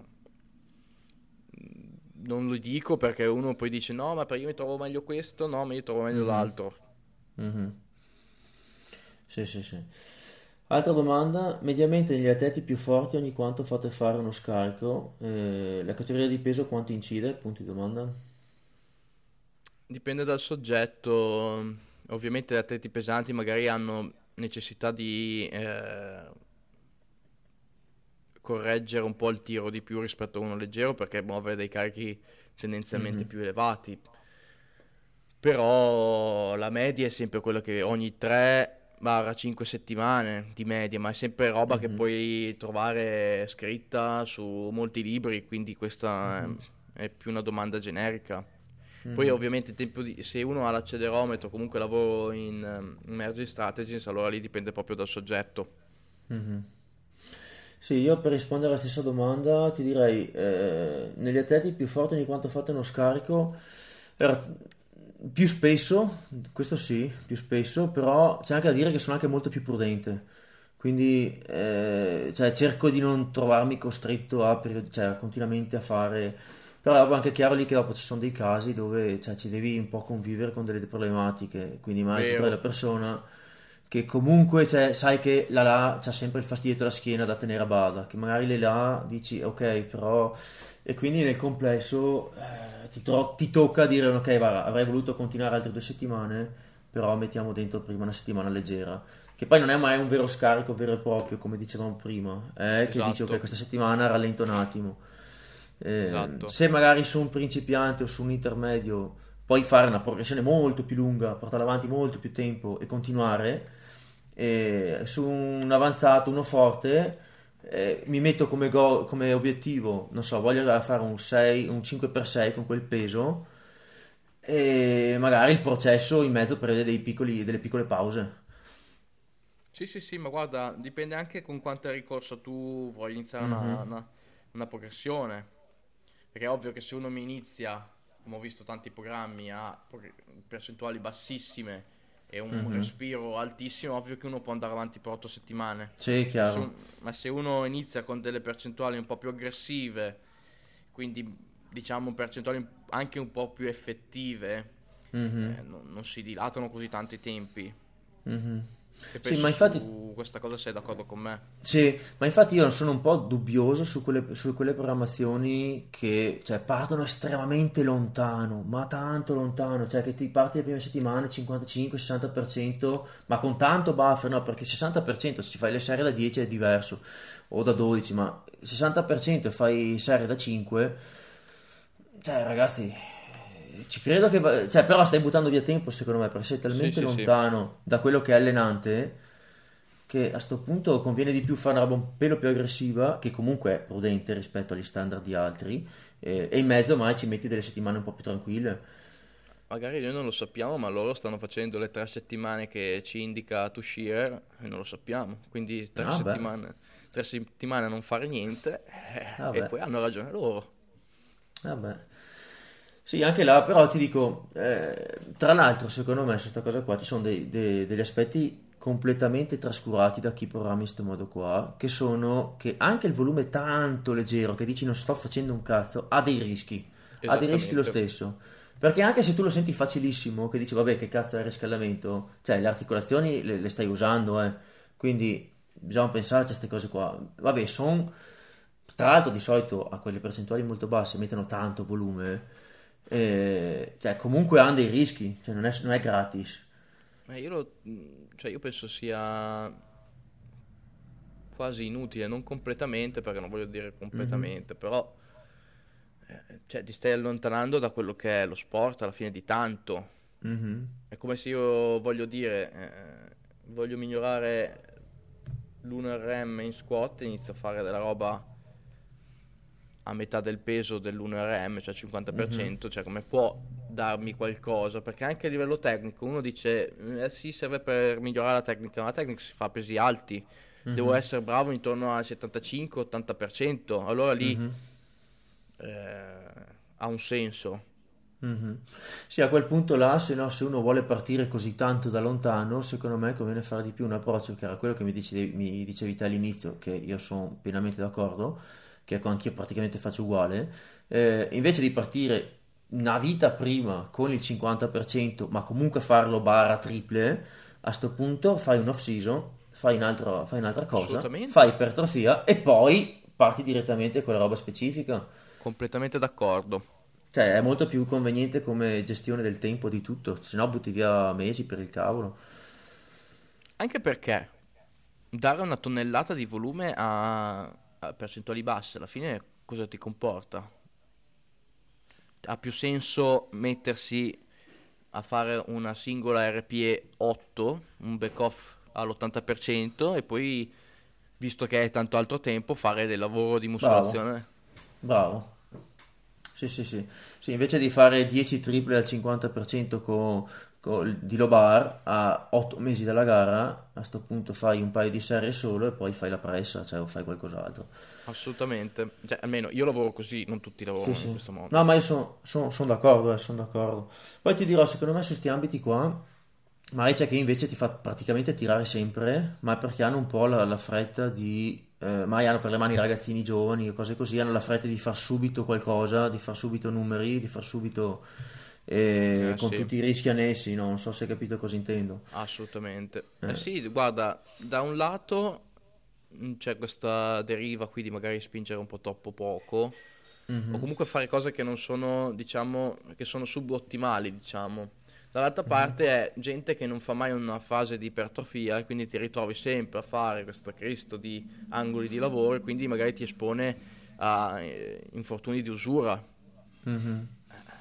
B: non lo dico perché uno poi dice no, ma per io mi trovo meglio questo, no, ma io trovo meglio
A: Mhm.
B: l'altro.
A: Mhm. Sì, sì, sì. Altra domanda, mediamente negli atleti più forti ogni quanto fate fare uno scarico? Eh, la categoria di peso quanto incide? Punti di domanda.
B: Dipende dal soggetto, ovviamente gli atleti pesanti magari hanno necessità di eh, correggere un po' il tiro di più rispetto a uno leggero perché muove dei carichi tendenzialmente
A: Mhm.
B: più elevati. Però la media è sempre quella che ogni tre cinque settimane di media, ma è sempre roba che
A: Mhm.
B: puoi trovare scritta su molti libri, quindi questa
A: Mhm.
B: è, è più una domanda generica. Poi
A: Mhm.
B: ovviamente il tempo di- se uno ha l'accelerometro, comunque lavoro in um, Emerging Strategies, allora lì dipende proprio dal soggetto.
A: Mhm. Sì, io per rispondere alla stessa domanda ti direi, eh, negli atleti più forti di quanto fate uno scarico, era più spesso, questo sì, più spesso, però c'è anche da dire che sono anche molto più prudente, quindi eh, cioè, cerco di non trovarmi costretto a, periodi- cioè, continuamente a fare, però è anche chiaro lì che dopo ci sono dei casi dove cioè, ci devi un po' convivere con delle problematiche, quindi magari ti trovi la
B: Vero,
A: persona che comunque cioè, sai che la là c'ha sempre il fastidio alla schiena da tenere a bada, che magari le là dici ok, però... E quindi nel complesso eh, ti, tro- ti tocca dire ok, va, avrei voluto continuare altre due settimane, però mettiamo dentro prima una settimana leggera. Che poi non è mai un vero scarico vero e proprio, come dicevamo prima, è che dici ok,
B: esatto,
A: questa settimana rallento un attimo. Eh,
B: esatto.
A: se magari su un principiante o su un intermedio puoi fare una progressione molto più lunga, portarla avanti molto più tempo e continuare, e su un avanzato, uno forte, eh, mi metto come, go- come obiettivo, non so, voglio fare un sei, un cinque per sei con quel peso e magari il processo in mezzo prevede dei piccoli- delle piccole pause.
B: Sì, sì, sì, ma guarda, dipende anche con quanta ricorsa tu vuoi iniziare una,
A: Mhm,
B: una- una progressione. Perché è ovvio che se uno mi inizia, come ho visto tanti programmi, a pro- percentuali bassissime e un
A: mhm.
B: respiro altissimo, ovvio che uno può andare avanti per otto settimane.
A: Sì,
B: Ma se,
A: chiaro.
B: un- ma se uno inizia con delle percentuali un po' più aggressive, quindi diciamo percentuali anche un po' più effettive,
A: Mhm,
B: eh, non, non si dilatano così tanto i tempi.
A: mhm.
B: E
A: Sì,
B: penso
A: ma infatti
B: su questa cosa sei d'accordo con me.
A: Sì, ma infatti io sono un po' dubbioso su quelle, su quelle programmazioni che cioè, partono estremamente lontano, ma tanto lontano, cioè che ti parti le prime settimane cinquantacinque-sessanta per cento, ma con tanto buffer, no? Perché sessanta per cento se ci fai le serie da dieci è diverso, o da dodici, ma sessanta per cento e fai serie da cinque, cioè ragazzi, eh, ci credo che... va- Cioè, però stai buttando via tempo secondo me, perché sei
B: Sì,
A: talmente
B: sì, sì.
A: lontano da quello che è allenante che a sto punto conviene di più fare una roba un pelo più aggressiva, che comunque è prudente rispetto agli standard di altri, eh, e in mezzo mai ci metti delle settimane un po' più tranquille.
B: Magari noi non lo sappiamo, ma loro stanno facendo le tre settimane che ci indica Tushire e non lo sappiamo. Quindi tre
A: Ah beh,
B: settimane, tre settimane a non fare niente
A: ah
B: eh, e
A: beh,
B: poi hanno ragione loro.
A: ah beh. Sì, anche là, però ti dico, eh, tra l'altro, secondo me, su questa cosa qua ci sono dei- dei- degli aspetti completamente trascurati da chi programma in questo modo qua, che sono che anche il volume tanto leggero, che dici non sto facendo un cazzo, ha dei rischi, ha dei rischi lo
B: Esattamente.
A: stesso. Perché anche se tu lo senti facilissimo, che dici vabbè che cazzo è il riscaldamento, cioè le articolazioni le, le stai usando, eh. Quindi bisogna pensarci a queste cose qua. Vabbè, sono... Tra l'altro di solito a quelle percentuali molto basse mettono tanto volume, eh, cioè comunque hanno dei rischi, cioè non è, non è gratis.
B: Eh, io, lo- cioè, io penso sia quasi inutile, non completamente, perché non voglio dire
A: Mhm,
B: completamente, però eh, cioè, ti stai allontanando da quello che è lo sport alla fine di tanto.
A: mhm,
B: È come se io voglio dire, eh, voglio migliorare l'uno R M in squat, inizio a fare della roba a metà del peso dell'uno R M, cioè
A: mhm,
B: cinquanta per cento, cioè come può darmi qualcosa? Perché anche a livello tecnico uno dice, eh sì, serve per migliorare la tecnica, ma la tecnica si fa a pesi alti, devo
A: mhm,
B: essere bravo intorno al settantacinque ottanta per cento, allora lì
A: mhm,
B: eh, ha un senso.
A: mhm. Sì, a quel punto là, se no, se uno vuole partire così tanto da lontano, secondo me conviene fare di più un approccio che era quello che mi dicevi, mi dicevi te all'inizio, che io sono pienamente d'accordo, che ecco, anch'io praticamente faccio uguale. Eh, invece di partire una vita prima con il cinquanta per cento, ma comunque farlo barra triple, a sto punto fai un off season, fai un'altra, fai un'altra cosa, fai
B: Assolutamente,
A: ipertrofia e poi parti direttamente con la roba specifica.
B: completamente d'accordo.
A: Cioè, è molto più conveniente come gestione del tempo di tutto, se no butti via mesi per il cavolo.
B: Anche perché dare una tonnellata di volume a, a percentuali basse, alla fine cosa ti comporta? Ha più senso mettersi a fare una singola R P E otto, un back off all'ottanta per cento e poi, visto che hai tanto altro tempo, fare del lavoro di
A: Bravo,
B: muscolazione.
A: bravo. Sì, sì, sì. Sì, invece di fare dieci triple al cinquanta per cento co- co- di low bar a otto mesi dalla gara, a sto punto fai un paio di serie solo e poi fai la pressa, cioè o fai qualcos'altro.
B: Assolutamente. Cioè, almeno io lavoro così, non tutti
A: Sì,
B: lavorano in
A: sì.
B: questo
A: No,
B: modo.
A: ma io sono d'accordo, eh, sono d'accordo. Poi ti dirò, secondo me su questi ambiti qua, magari c'è chi invece ti fa praticamente tirare sempre, ma è perché hanno un po' la, la fretta di... Eh, magari hanno per le mani i ragazzini giovani o cose così, hanno la fretta di far subito qualcosa, di far subito numeri, di far subito... eh,
B: Eh
A: con
B: sì,
A: tutti i rischi annessi, no? Non so se hai capito cosa intendo.
B: assolutamente. Eh
A: Eh,
B: sì, guarda, da un lato mh, c'è questa deriva qui di magari spingere un po' troppo poco, o
A: mhm,
B: comunque fare cose che non sono, diciamo, che sono subottimali, diciamo. Dall'altra
A: mhm.
B: parte è gente che non fa mai una fase di ipertrofia e quindi ti ritrovi sempre a fare questo Cristo di angoli di lavoro e quindi magari ti espone a eh, infortuni di usura.
A: Mhm.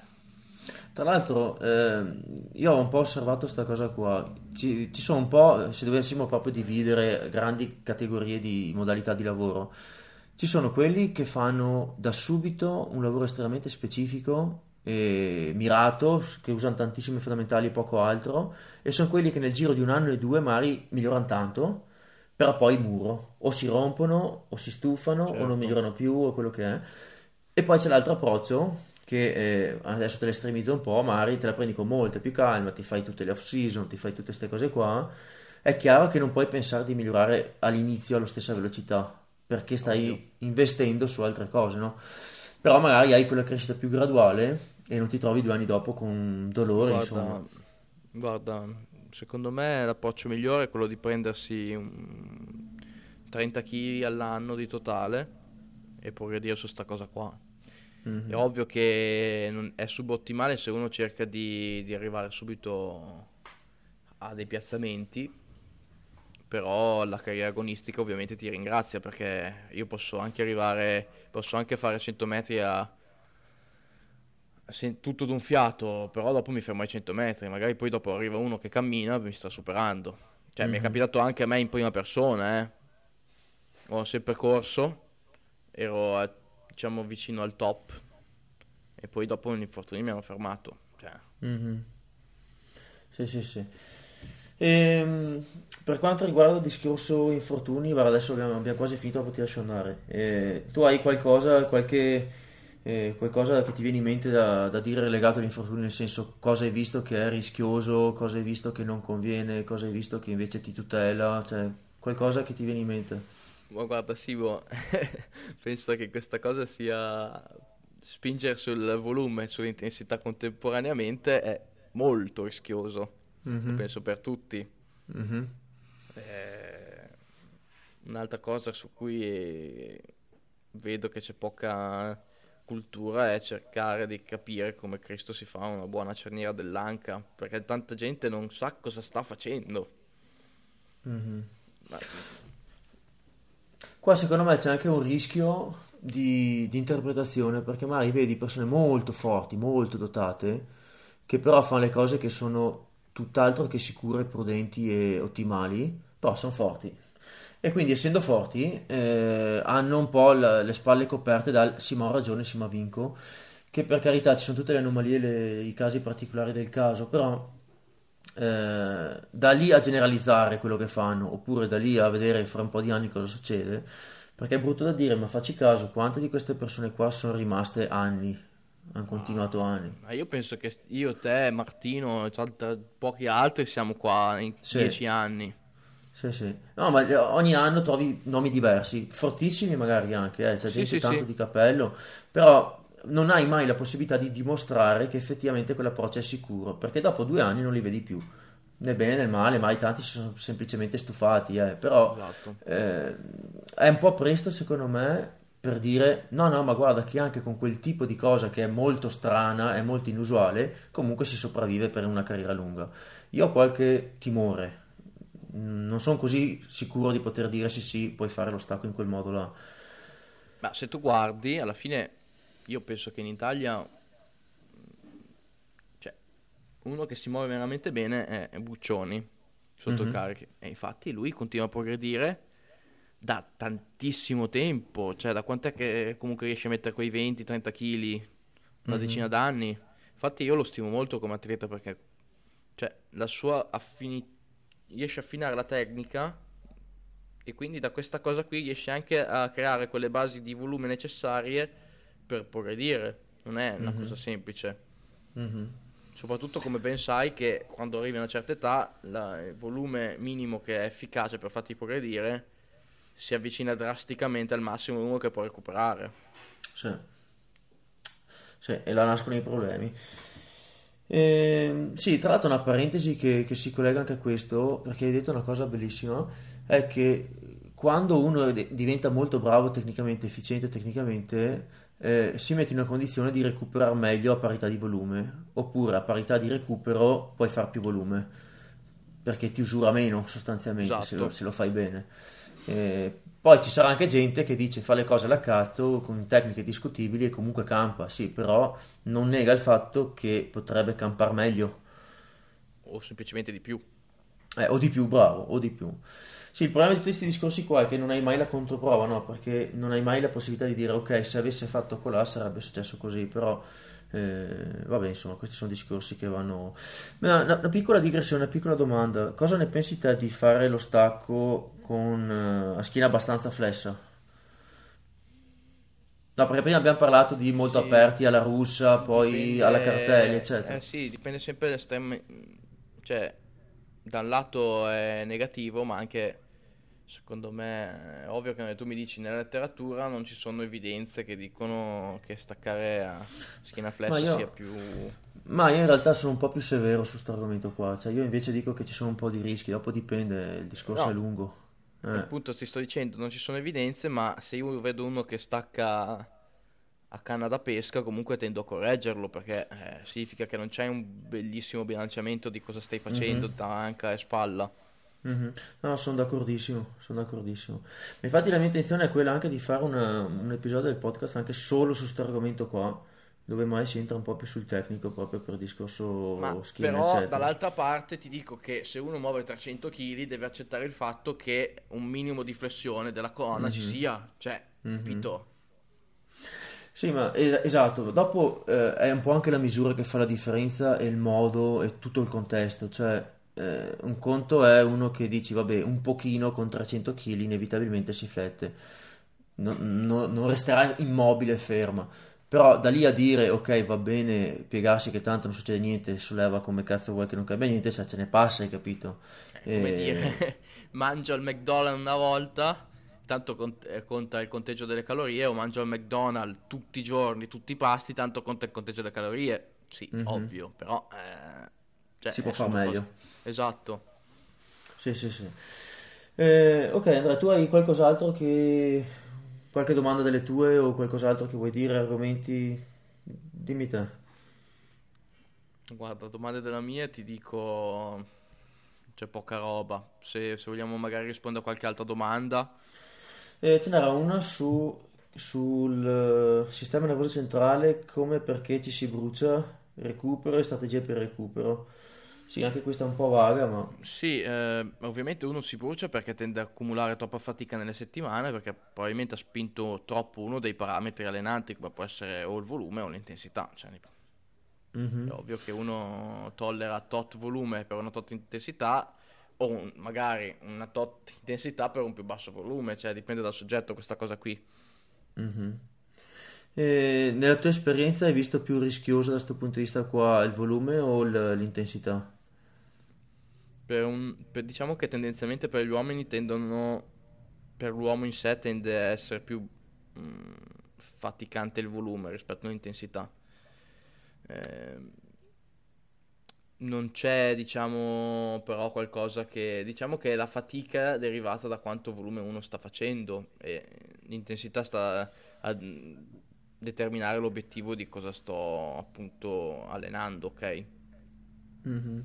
A: Tra l'altro, ehm, io ho un po' osservato questa cosa qua. Ci, ci sono un po', se dovessimo proprio dividere grandi categorie di modalità di lavoro, ci sono quelli che fanno da subito un lavoro estremamente specifico e mirato, che usano tantissimi fondamentali e poco altro, e sono quelli che nel giro di un anno e due magari migliorano tanto, però poi muro, o si rompono, o si stufano, o non
B: Certo,
A: migliorano più, o quello che è. E poi c'è l'altro approccio che eh, adesso te le estremizzo un po', magari te la prendi con molta più calma, ti fai tutte le off season, ti fai tutte queste cose qua. È chiaro che non puoi pensare di migliorare all'inizio alla stessa velocità, perché
B: ovvio.
A: stai investendo su altre cose, no? Però magari hai quella crescita più graduale e non ti trovi due anni dopo con dolore, insomma.
B: Guarda, guarda, secondo me l'approccio migliore è quello di prendersi un trenta chili all'anno di totale e progredire su sta cosa qua. È
A: Mhm,
B: ovvio che non- è subottimale se uno cerca di, di arrivare subito a dei piazzamenti, però la carriera agonistica ovviamente ti ringrazia perché io posso anche arrivare, posso anche fare cento metri a se- tutto d'un fiato, però dopo mi fermo ai cento metri, magari poi dopo arriva uno che cammina e mi sta superando. Cioè, mi è
A: mhm,
B: capitato anche a me in prima persona, eh. Ho sempre corso, ero a- diciamo vicino al top e poi dopo un infortunio mi hanno fermato. Cioè,
A: mhm. Sì, sì, sì. Ehm, per quanto riguarda il discorso infortuni, guarda, adesso abbiamo, abbiamo quasi finito, per poterci andare. Eh, tu hai qualcosa, qualche, eh, qualcosa che ti viene in mente da, da dire legato agli infortuni, nel senso cosa hai visto che è rischioso, cosa hai visto che non conviene, cosa hai visto che invece ti tutela, cioè qualcosa che ti viene in mente.
B: ma guarda, Simo, penso che questa cosa sia spingere sul volume e sull'intensità contemporaneamente è molto rischioso. Lo
A: Mhm,
B: penso per tutti.
A: mhm,
B: Eh, un'altra cosa su cui vedo che c'è poca, cultura è cercare di capire come Cristo si fa una buona cerniera dell'anca, perché tanta gente non sa cosa sta facendo.
A: Mhm.
B: Ma-
A: Qua secondo me c'è anche un rischio di, di interpretazione, perché magari vedi persone molto forti, molto dotate, che però fanno le cose che sono tutt'altro che sicure, prudenti e ottimali, però sono forti. E quindi essendo forti eh, hanno un po' la- le spalle coperte dal sì ma ho ragione, sì ma vinco, che per carità ci sono tutte le anomalie, le- i casi particolari del caso, però eh, da lì a generalizzare quello che fanno, oppure da lì a vedere fra un po' di anni cosa succede, perché è brutto da dire, ma facci caso, quante di queste persone qua sono rimaste anni, hanno continuato
B: Ma,
A: anni.
B: ma io penso che io, te, Martino e tant- pochi altri siamo qua in
A: Sì,
B: dieci anni.
A: sì, sì. No, ma eh, ogni anno trovi nomi diversi, fortissimi magari anche, eh, c'è
B: Sì,
A: gente
B: sì,
A: tanto
B: sì.
A: di cappello, però non hai mai la possibilità di dimostrare che effettivamente quell'approccio è sicuro, perché dopo due anni non li vedi più, né bene né male, mai tanti si sono semplicemente stufati, eh. Però
B: Esatto.
A: eh, è un po' presto secondo me per dire no, no, ma guarda che anche con quel tipo di cosa che è molto strana, è molto inusuale, comunque si sopravvive per una carriera lunga. Io ho qualche timore, non sono così sicuro di poter dire sì, sì, puoi fare lo stacco in quel modo là.
B: Ma se tu guardi, alla fine io penso che in Italia, cioè, uno che si muove veramente bene è, è Buccioni, sotto
A: Mhm,
B: cariche. E infatti lui continua a progredire da tantissimo tempo, cioè da quant'è che comunque riesce a mettere quei venti trenta kg? Una decina
A: mhm,
B: d'anni. Infatti io lo stimo molto come atleta perché, cioè, la sua affini- riesce a affinare la tecnica e quindi da questa cosa qui riesce anche a creare quelle basi di volume necessarie per progredire. Non è una cosa
A: mhm,
B: semplice.
A: mhm.
B: Soprattutto come ben sai che quando arrivi a una certa età la- il volume minimo che è efficace per farti progredire si avvicina drasticamente al massimo uno che può recuperare.
A: Sì, sì, e là nascono i problemi. Ehm, sì, tra l'altro una parentesi che, che si collega anche a questo, perché hai detto una cosa bellissima, è che quando uno de- diventa molto bravo tecnicamente, efficiente tecnicamente, eh, si mette in una condizione di recuperare meglio a parità di volume, oppure a parità di recupero puoi far più volume, perché ti usura meno sostanzialmente se lo,
B: Esatto.
A: se lo fai bene. Eh, poi ci sarà anche gente che dice fa le cose alla cazzo con tecniche discutibili e comunque campa, sì, però non nega il fatto che potrebbe campare meglio,
B: O semplicemente di più.
A: eh, o di più, bravo, o di più. Sì, il problema di questi discorsi qua è che non hai mai la controprova, no? Perché non hai mai la possibilità di dire ok, se avesse fatto quella sarebbe successo così, però eh, vabbè, insomma, questi sono discorsi che vanno. Una, una- una piccola digressione, una piccola domanda. Cosa ne pensi te di fare lo stacco con eh, a schiena abbastanza flessa? No, perché prima abbiamo parlato di molto
B: Sì,
A: aperti alla russa, poi alla cartelli,
B: dipende,
A: eccetera.
B: eh sì, dipende sempre dall'estremo, cioè da un lato è negativo, ma anche secondo me è ovvio che tu mi dici nella letteratura non ci sono evidenze che dicono che staccare a schiena
A: Ma
B: flessa sia
A: io,
B: più...
A: ma io in realtà sono un po' più severo su questo argomento qua, cioè io invece dico che ci sono un po' di rischi, dopo dipende, il discorso è
B: No,
A: lungo. Eh,
B: appunto ti sto dicendo, non ci sono evidenze, ma se io vedo uno che stacca a canna da pesca, comunque tendo a correggerlo perché eh, significa che non c'è un bellissimo bilanciamento di cosa stai
A: mhm,
B: facendo da anca e spalla.
A: mhm. No, sono d'accordissimo, sono d'accordissimo. Infatti la mia intenzione è quella anche di fare una- un episodio del podcast anche solo su questo argomento qua, dove mai si entra un po' più sul tecnico, proprio per
B: Ma
A: discorso schiena,
B: però
A: eccetera.
B: dall'altra parte ti dico che se uno muove trecento chili deve accettare il fatto che un minimo di flessione della colonna ci
A: Mhm,
B: sia, cioè,
A: mhm.
B: capito?
A: Sì, ma es- esatto, dopo eh, è un po' anche la misura che fa la differenza e il modo e tutto il contesto, cioè eh, un conto è uno che dici, vabbè, un pochino con trecento chili inevitabilmente si flette, no- no- non resterà immobile e ferma, però da lì a dire, ok, va bene piegarsi che tanto non succede niente, solleva come cazzo vuoi che non cambia niente, cioè ce ne passa, hai capito?
B: È come dire,
A: Eh,
B: mangio al McDonald's una volta, tanto cont- eh, conta il conteggio delle calorie, o mangio al McDonald's tutti i giorni, tutti i pasti, tanto conta il conteggio delle calorie. Sì,
A: mhm,
B: ovvio, però, eh,
A: si
B: cioè,
A: può far
B: sono cose...
A: meglio.
B: Esatto.
A: Sì, sì, sì. Eh, ok, Andrea, tu hai qualcos'altro che qualche domanda delle tue o qualcos'altro che vuoi dire, argomenti? Dimmi te.
B: Guarda, domande della mia ti dico, c'è poca roba. Se, se vogliamo magari rispondere a qualche altra domanda.
A: E ce n'era una su, sul eh, sistema nervoso centrale, come e perché ci si brucia, recupero e strategie per il recupero. Sì, anche questa è un po' vaga, ma...
B: Sì, eh, ovviamente uno si brucia perché tende a accumulare troppa fatica nelle settimane, perché probabilmente ha spinto troppo uno dei parametri allenanti, come può essere o il volume o l'intensità. Cioè, è
A: Mhm.
B: ovvio che uno tollera tot volume per una tot intensità o un- magari una tot intensità per un più basso volume, cioè dipende dal soggetto questa cosa qui.
A: Mhm. E nella tua esperienza hai visto più rischioso da questo punto di vista qua il volume o il- l'intensità?
B: Per un, per- diciamo che tendenzialmente per gli uomini tendono, per l'uomo in sé tende a essere più mm, faticante il volume rispetto all'intensità. Ehm, Non c'è, diciamo, però qualcosa che... Diciamo che la fatica è derivata da quanto volume uno sta facendo e l'intensità sta a mm, determinare l'obiettivo di cosa sto appunto allenando, ok?
A: Mhm.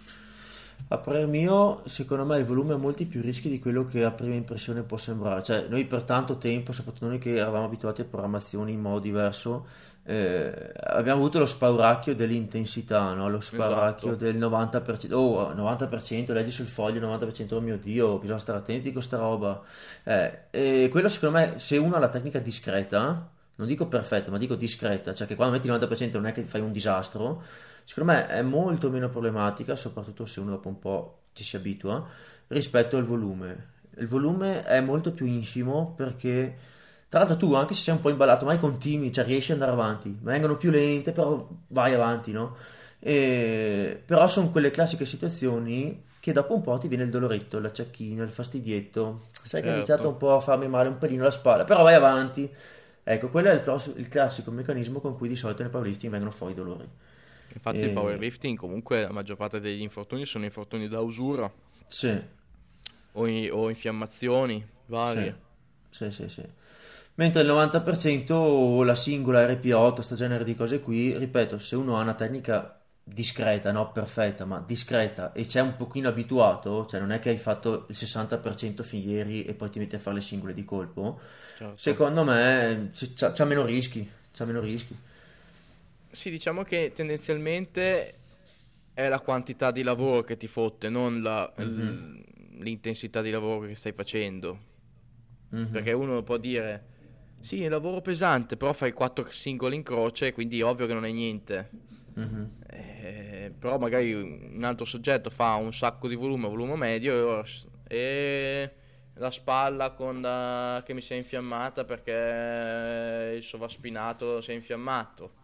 A: A parer mio, secondo me il volume ha molti più rischi di quello che a prima impressione può sembrare. Cioè, noi per tanto tempo, soprattutto noi che eravamo abituati a programmazioni in modo diverso, eh, abbiamo avuto lo spauracchio dell'intensità, no? Lo spauracchio
B: Esatto,
A: del novanta per cento. Oh, novanta per cento, leggi sul foglio novanta per cento, oh mio Dio, bisogna stare attenti con sta roba. Eh, e quello secondo me, se uno ha la tecnica discreta, non dico perfetta, ma dico discreta, cioè che quando metti il novanta per cento non è che fai un disastro, secondo me è molto meno problematica, soprattutto se uno dopo un po' ci si abitua, rispetto al volume. Il volume è molto più infimo perché, tra l'altro, tu anche se sei un po' imballato, mai continui, cioè riesci ad andare avanti. Vengono più lente, però vai avanti, no? E... Però sono quelle classiche situazioni che dopo un po' ti viene il doloretto, l'acciacchino, il fastidietto. Sai che hai iniziato un
B: certo.
A: po' a farmi male un pelino la spalla, però vai avanti. Ecco, quello è il, pros- il classico meccanismo con cui di solito nel powerlifting vengono fuori i dolori.
B: Infatti il
A: E...
B: powerlifting comunque la maggior parte degli infortuni sono infortuni da usura
A: Sì,
B: o, i- o infiammazioni
A: sì,
B: varie.
A: sì, sì, sì. Mentre il novanta per cento la singola R P otto, questo genere di cose qui, ripeto, se uno ha una tecnica discreta, no perfetta, ma discreta e c'è un pochino abituato, cioè non è che hai fatto il sessanta per cento fin ieri e poi ti metti a fare le singole di colpo,
B: Certo.
A: secondo me c- c'ha, c'ha meno rischi, c'ha meno rischi.
B: Sì, diciamo che tendenzialmente è la quantità di lavoro che ti fotte, non la-
A: Mhm,
B: l- l'intensità di lavoro che stai facendo.
A: mhm,
B: Perché uno può dire, sì, è lavoro pesante, però fai quattro singoli in croce, quindi è ovvio che non è niente.
A: mhm,
B: Eh, però magari un altro soggetto fa un sacco di volume, volume medio, e, ora s- e la spalla con la- che mi si è infiammata perché il sovraspinato si è infiammato,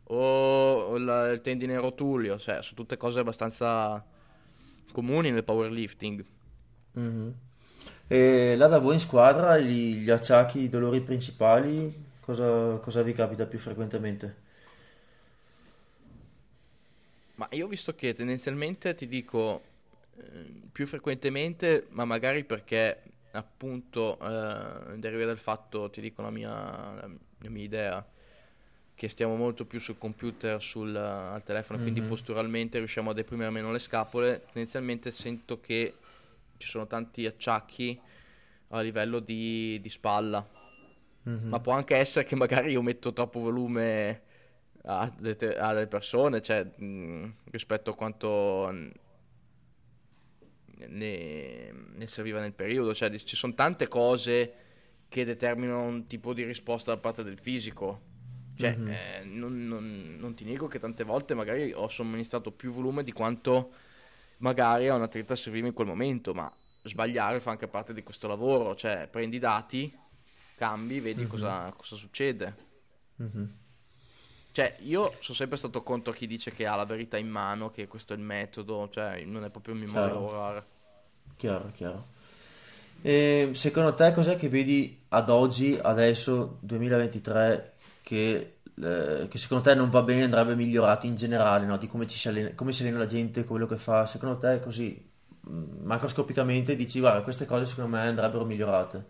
B: o la- il tendine rotulio, cioè sono tutte cose abbastanza comuni nel powerlifting.
A: mhm. E là da voi in squadra gli, gli acciacchi, i dolori principali, cosa, cosa vi capita più frequentemente?
B: Ma io ho visto che tendenzialmente ti dico eh, più frequentemente, ma magari perché appunto eh, deriva dal fatto, ti dico la mia, la, la mia idea, che stiamo molto più sul computer, sul, al telefono, quindi
A: Mhm,
B: posturalmente riusciamo a deprimere meno le scapole. Tendenzialmente sento che ci sono tanti acciacchi a livello di, di spalla, ma
A: mhm,
B: può anche essere che magari io metto troppo volume a, dete- a delle persone, cioè mh, rispetto a quanto ne, ne serviva nel periodo, cioè ci sono tante cose che determinano un tipo di risposta da parte del fisico. Cioè,
A: mhm,
B: eh, non, non- non ti nego che tante volte magari ho somministrato più volume di quanto magari a un atleta serviva in quel momento, ma sbagliare fa anche parte di questo lavoro, cioè prendi i dati, cambi, vedi
A: mhm,
B: cosa, cosa succede.
A: mhm.
B: Cioè, io sono sempre stato contro chi dice che ha la verità in mano, che questo è il metodo, cioè non è proprio il mio modo di
A: Chiaro,
B: lavorare.
A: chiaro, chiaro. E secondo te cos'è che vedi ad oggi, adesso, duemilaventitré, che, eh, che secondo te non va bene, andrebbe migliorato in generale, no? Di come ci si allena, come si allena la gente, quello che fa, secondo te così, mh, macroscopicamente dici, guarda, queste cose secondo me andrebbero migliorate.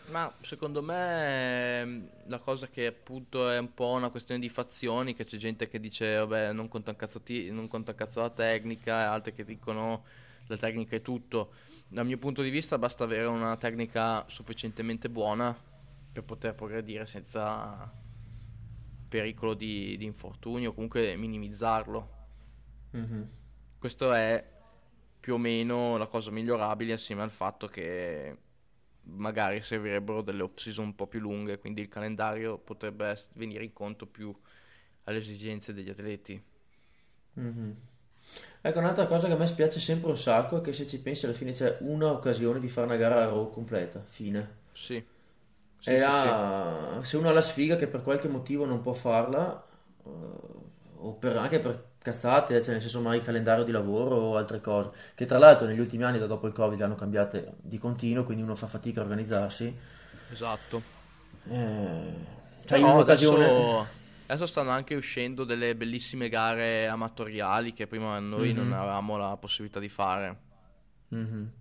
B: Ma secondo me ehm, la cosa che appunto è un po' una questione di fazioni, che c'è gente che dice vabbè non conta un cazzo, ti- non conta un cazzo la tecnica, e altre che dicono la tecnica è tutto. Dal mio punto di vista basta avere una tecnica sufficientemente buona per poter progredire senza pericolo di, di infortunio o comunque minimizzarlo.
A: Mhm.
B: Questo è più o meno la cosa migliorabile assieme al fatto che magari servirebbero delle off-season un po' più lunghe, quindi il calendario potrebbe ess- venire incontro più alle esigenze degli atleti.
A: Mhm. Ecco, un'altra cosa che a me spiace sempre un sacco è che se ci pensi alla fine c'è una occasione di fare una gara a Raw completa, fine.
B: Sì, sì,
A: E
B: sì, sì,
A: ha- se uno ha la sfiga che per qualche motivo non può farla, eh, o per- anche per cazzate, cioè nel senso magari calendario di lavoro o altre cose, che tra l'altro negli ultimi anni, da dopo il Covid, le hanno cambiate di continuo, quindi uno fa fatica a organizzarsi.
B: esatto.
A: Eh, c'hai
B: Però
A: un'occasione.
B: adesso, adesso stanno anche uscendo delle bellissime gare amatoriali che prima noi non
A: Mhm,
B: avevamo la possibilità di fare.
A: mhm.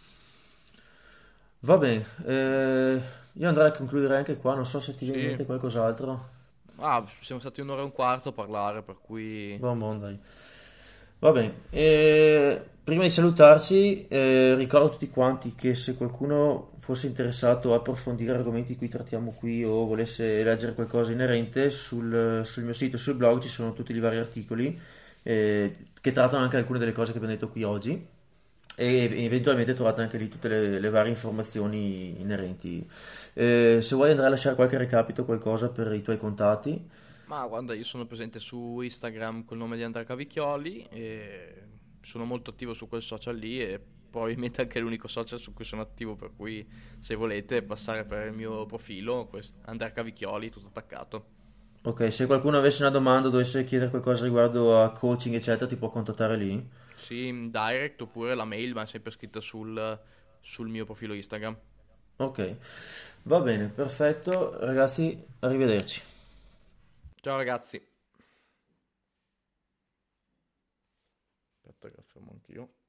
A: Va bene, eh, io andrei a concludere anche qua, non so se ti viene in
B: Sì,
A: mente qualcos'altro.
B: ah, siamo stati un'ora e un quarto a parlare, per cui
A: Buon buon, dai. Va bene, e prima di salutarci, eh, ricordo a tutti quanti che se qualcuno fosse interessato a approfondire argomenti qui trattiamo qui o volesse leggere qualcosa inerente, sul, sul mio sito e sul blog ci sono tutti i vari articoli eh, che trattano anche alcune delle cose che abbiamo detto qui oggi e eventualmente trovate anche lì tutte le, le varie informazioni inerenti. Eh, se vuoi andare a lasciare qualche recapito, qualcosa per i tuoi contatti.
B: ma guarda, io sono presente su Instagram col nome di Andrea Cavicchioli e sono molto attivo su quel social lì e probabilmente anche l'unico social su cui sono attivo, per cui se volete passare per il mio profilo, quest- Andrea Cavicchioli, tutto attaccato.
A: Ok, se qualcuno avesse una domanda, dovesse chiedere qualcosa riguardo a coaching, eccetera, ti può contattare lì.
B: Sì, in direct oppure la mail, ma è sempre scritta sul, sul mio profilo Instagram.
A: Ok, va bene, perfetto. Ragazzi, arrivederci.
B: Ciao ragazzi. Aspetta che lo fermo anch'io.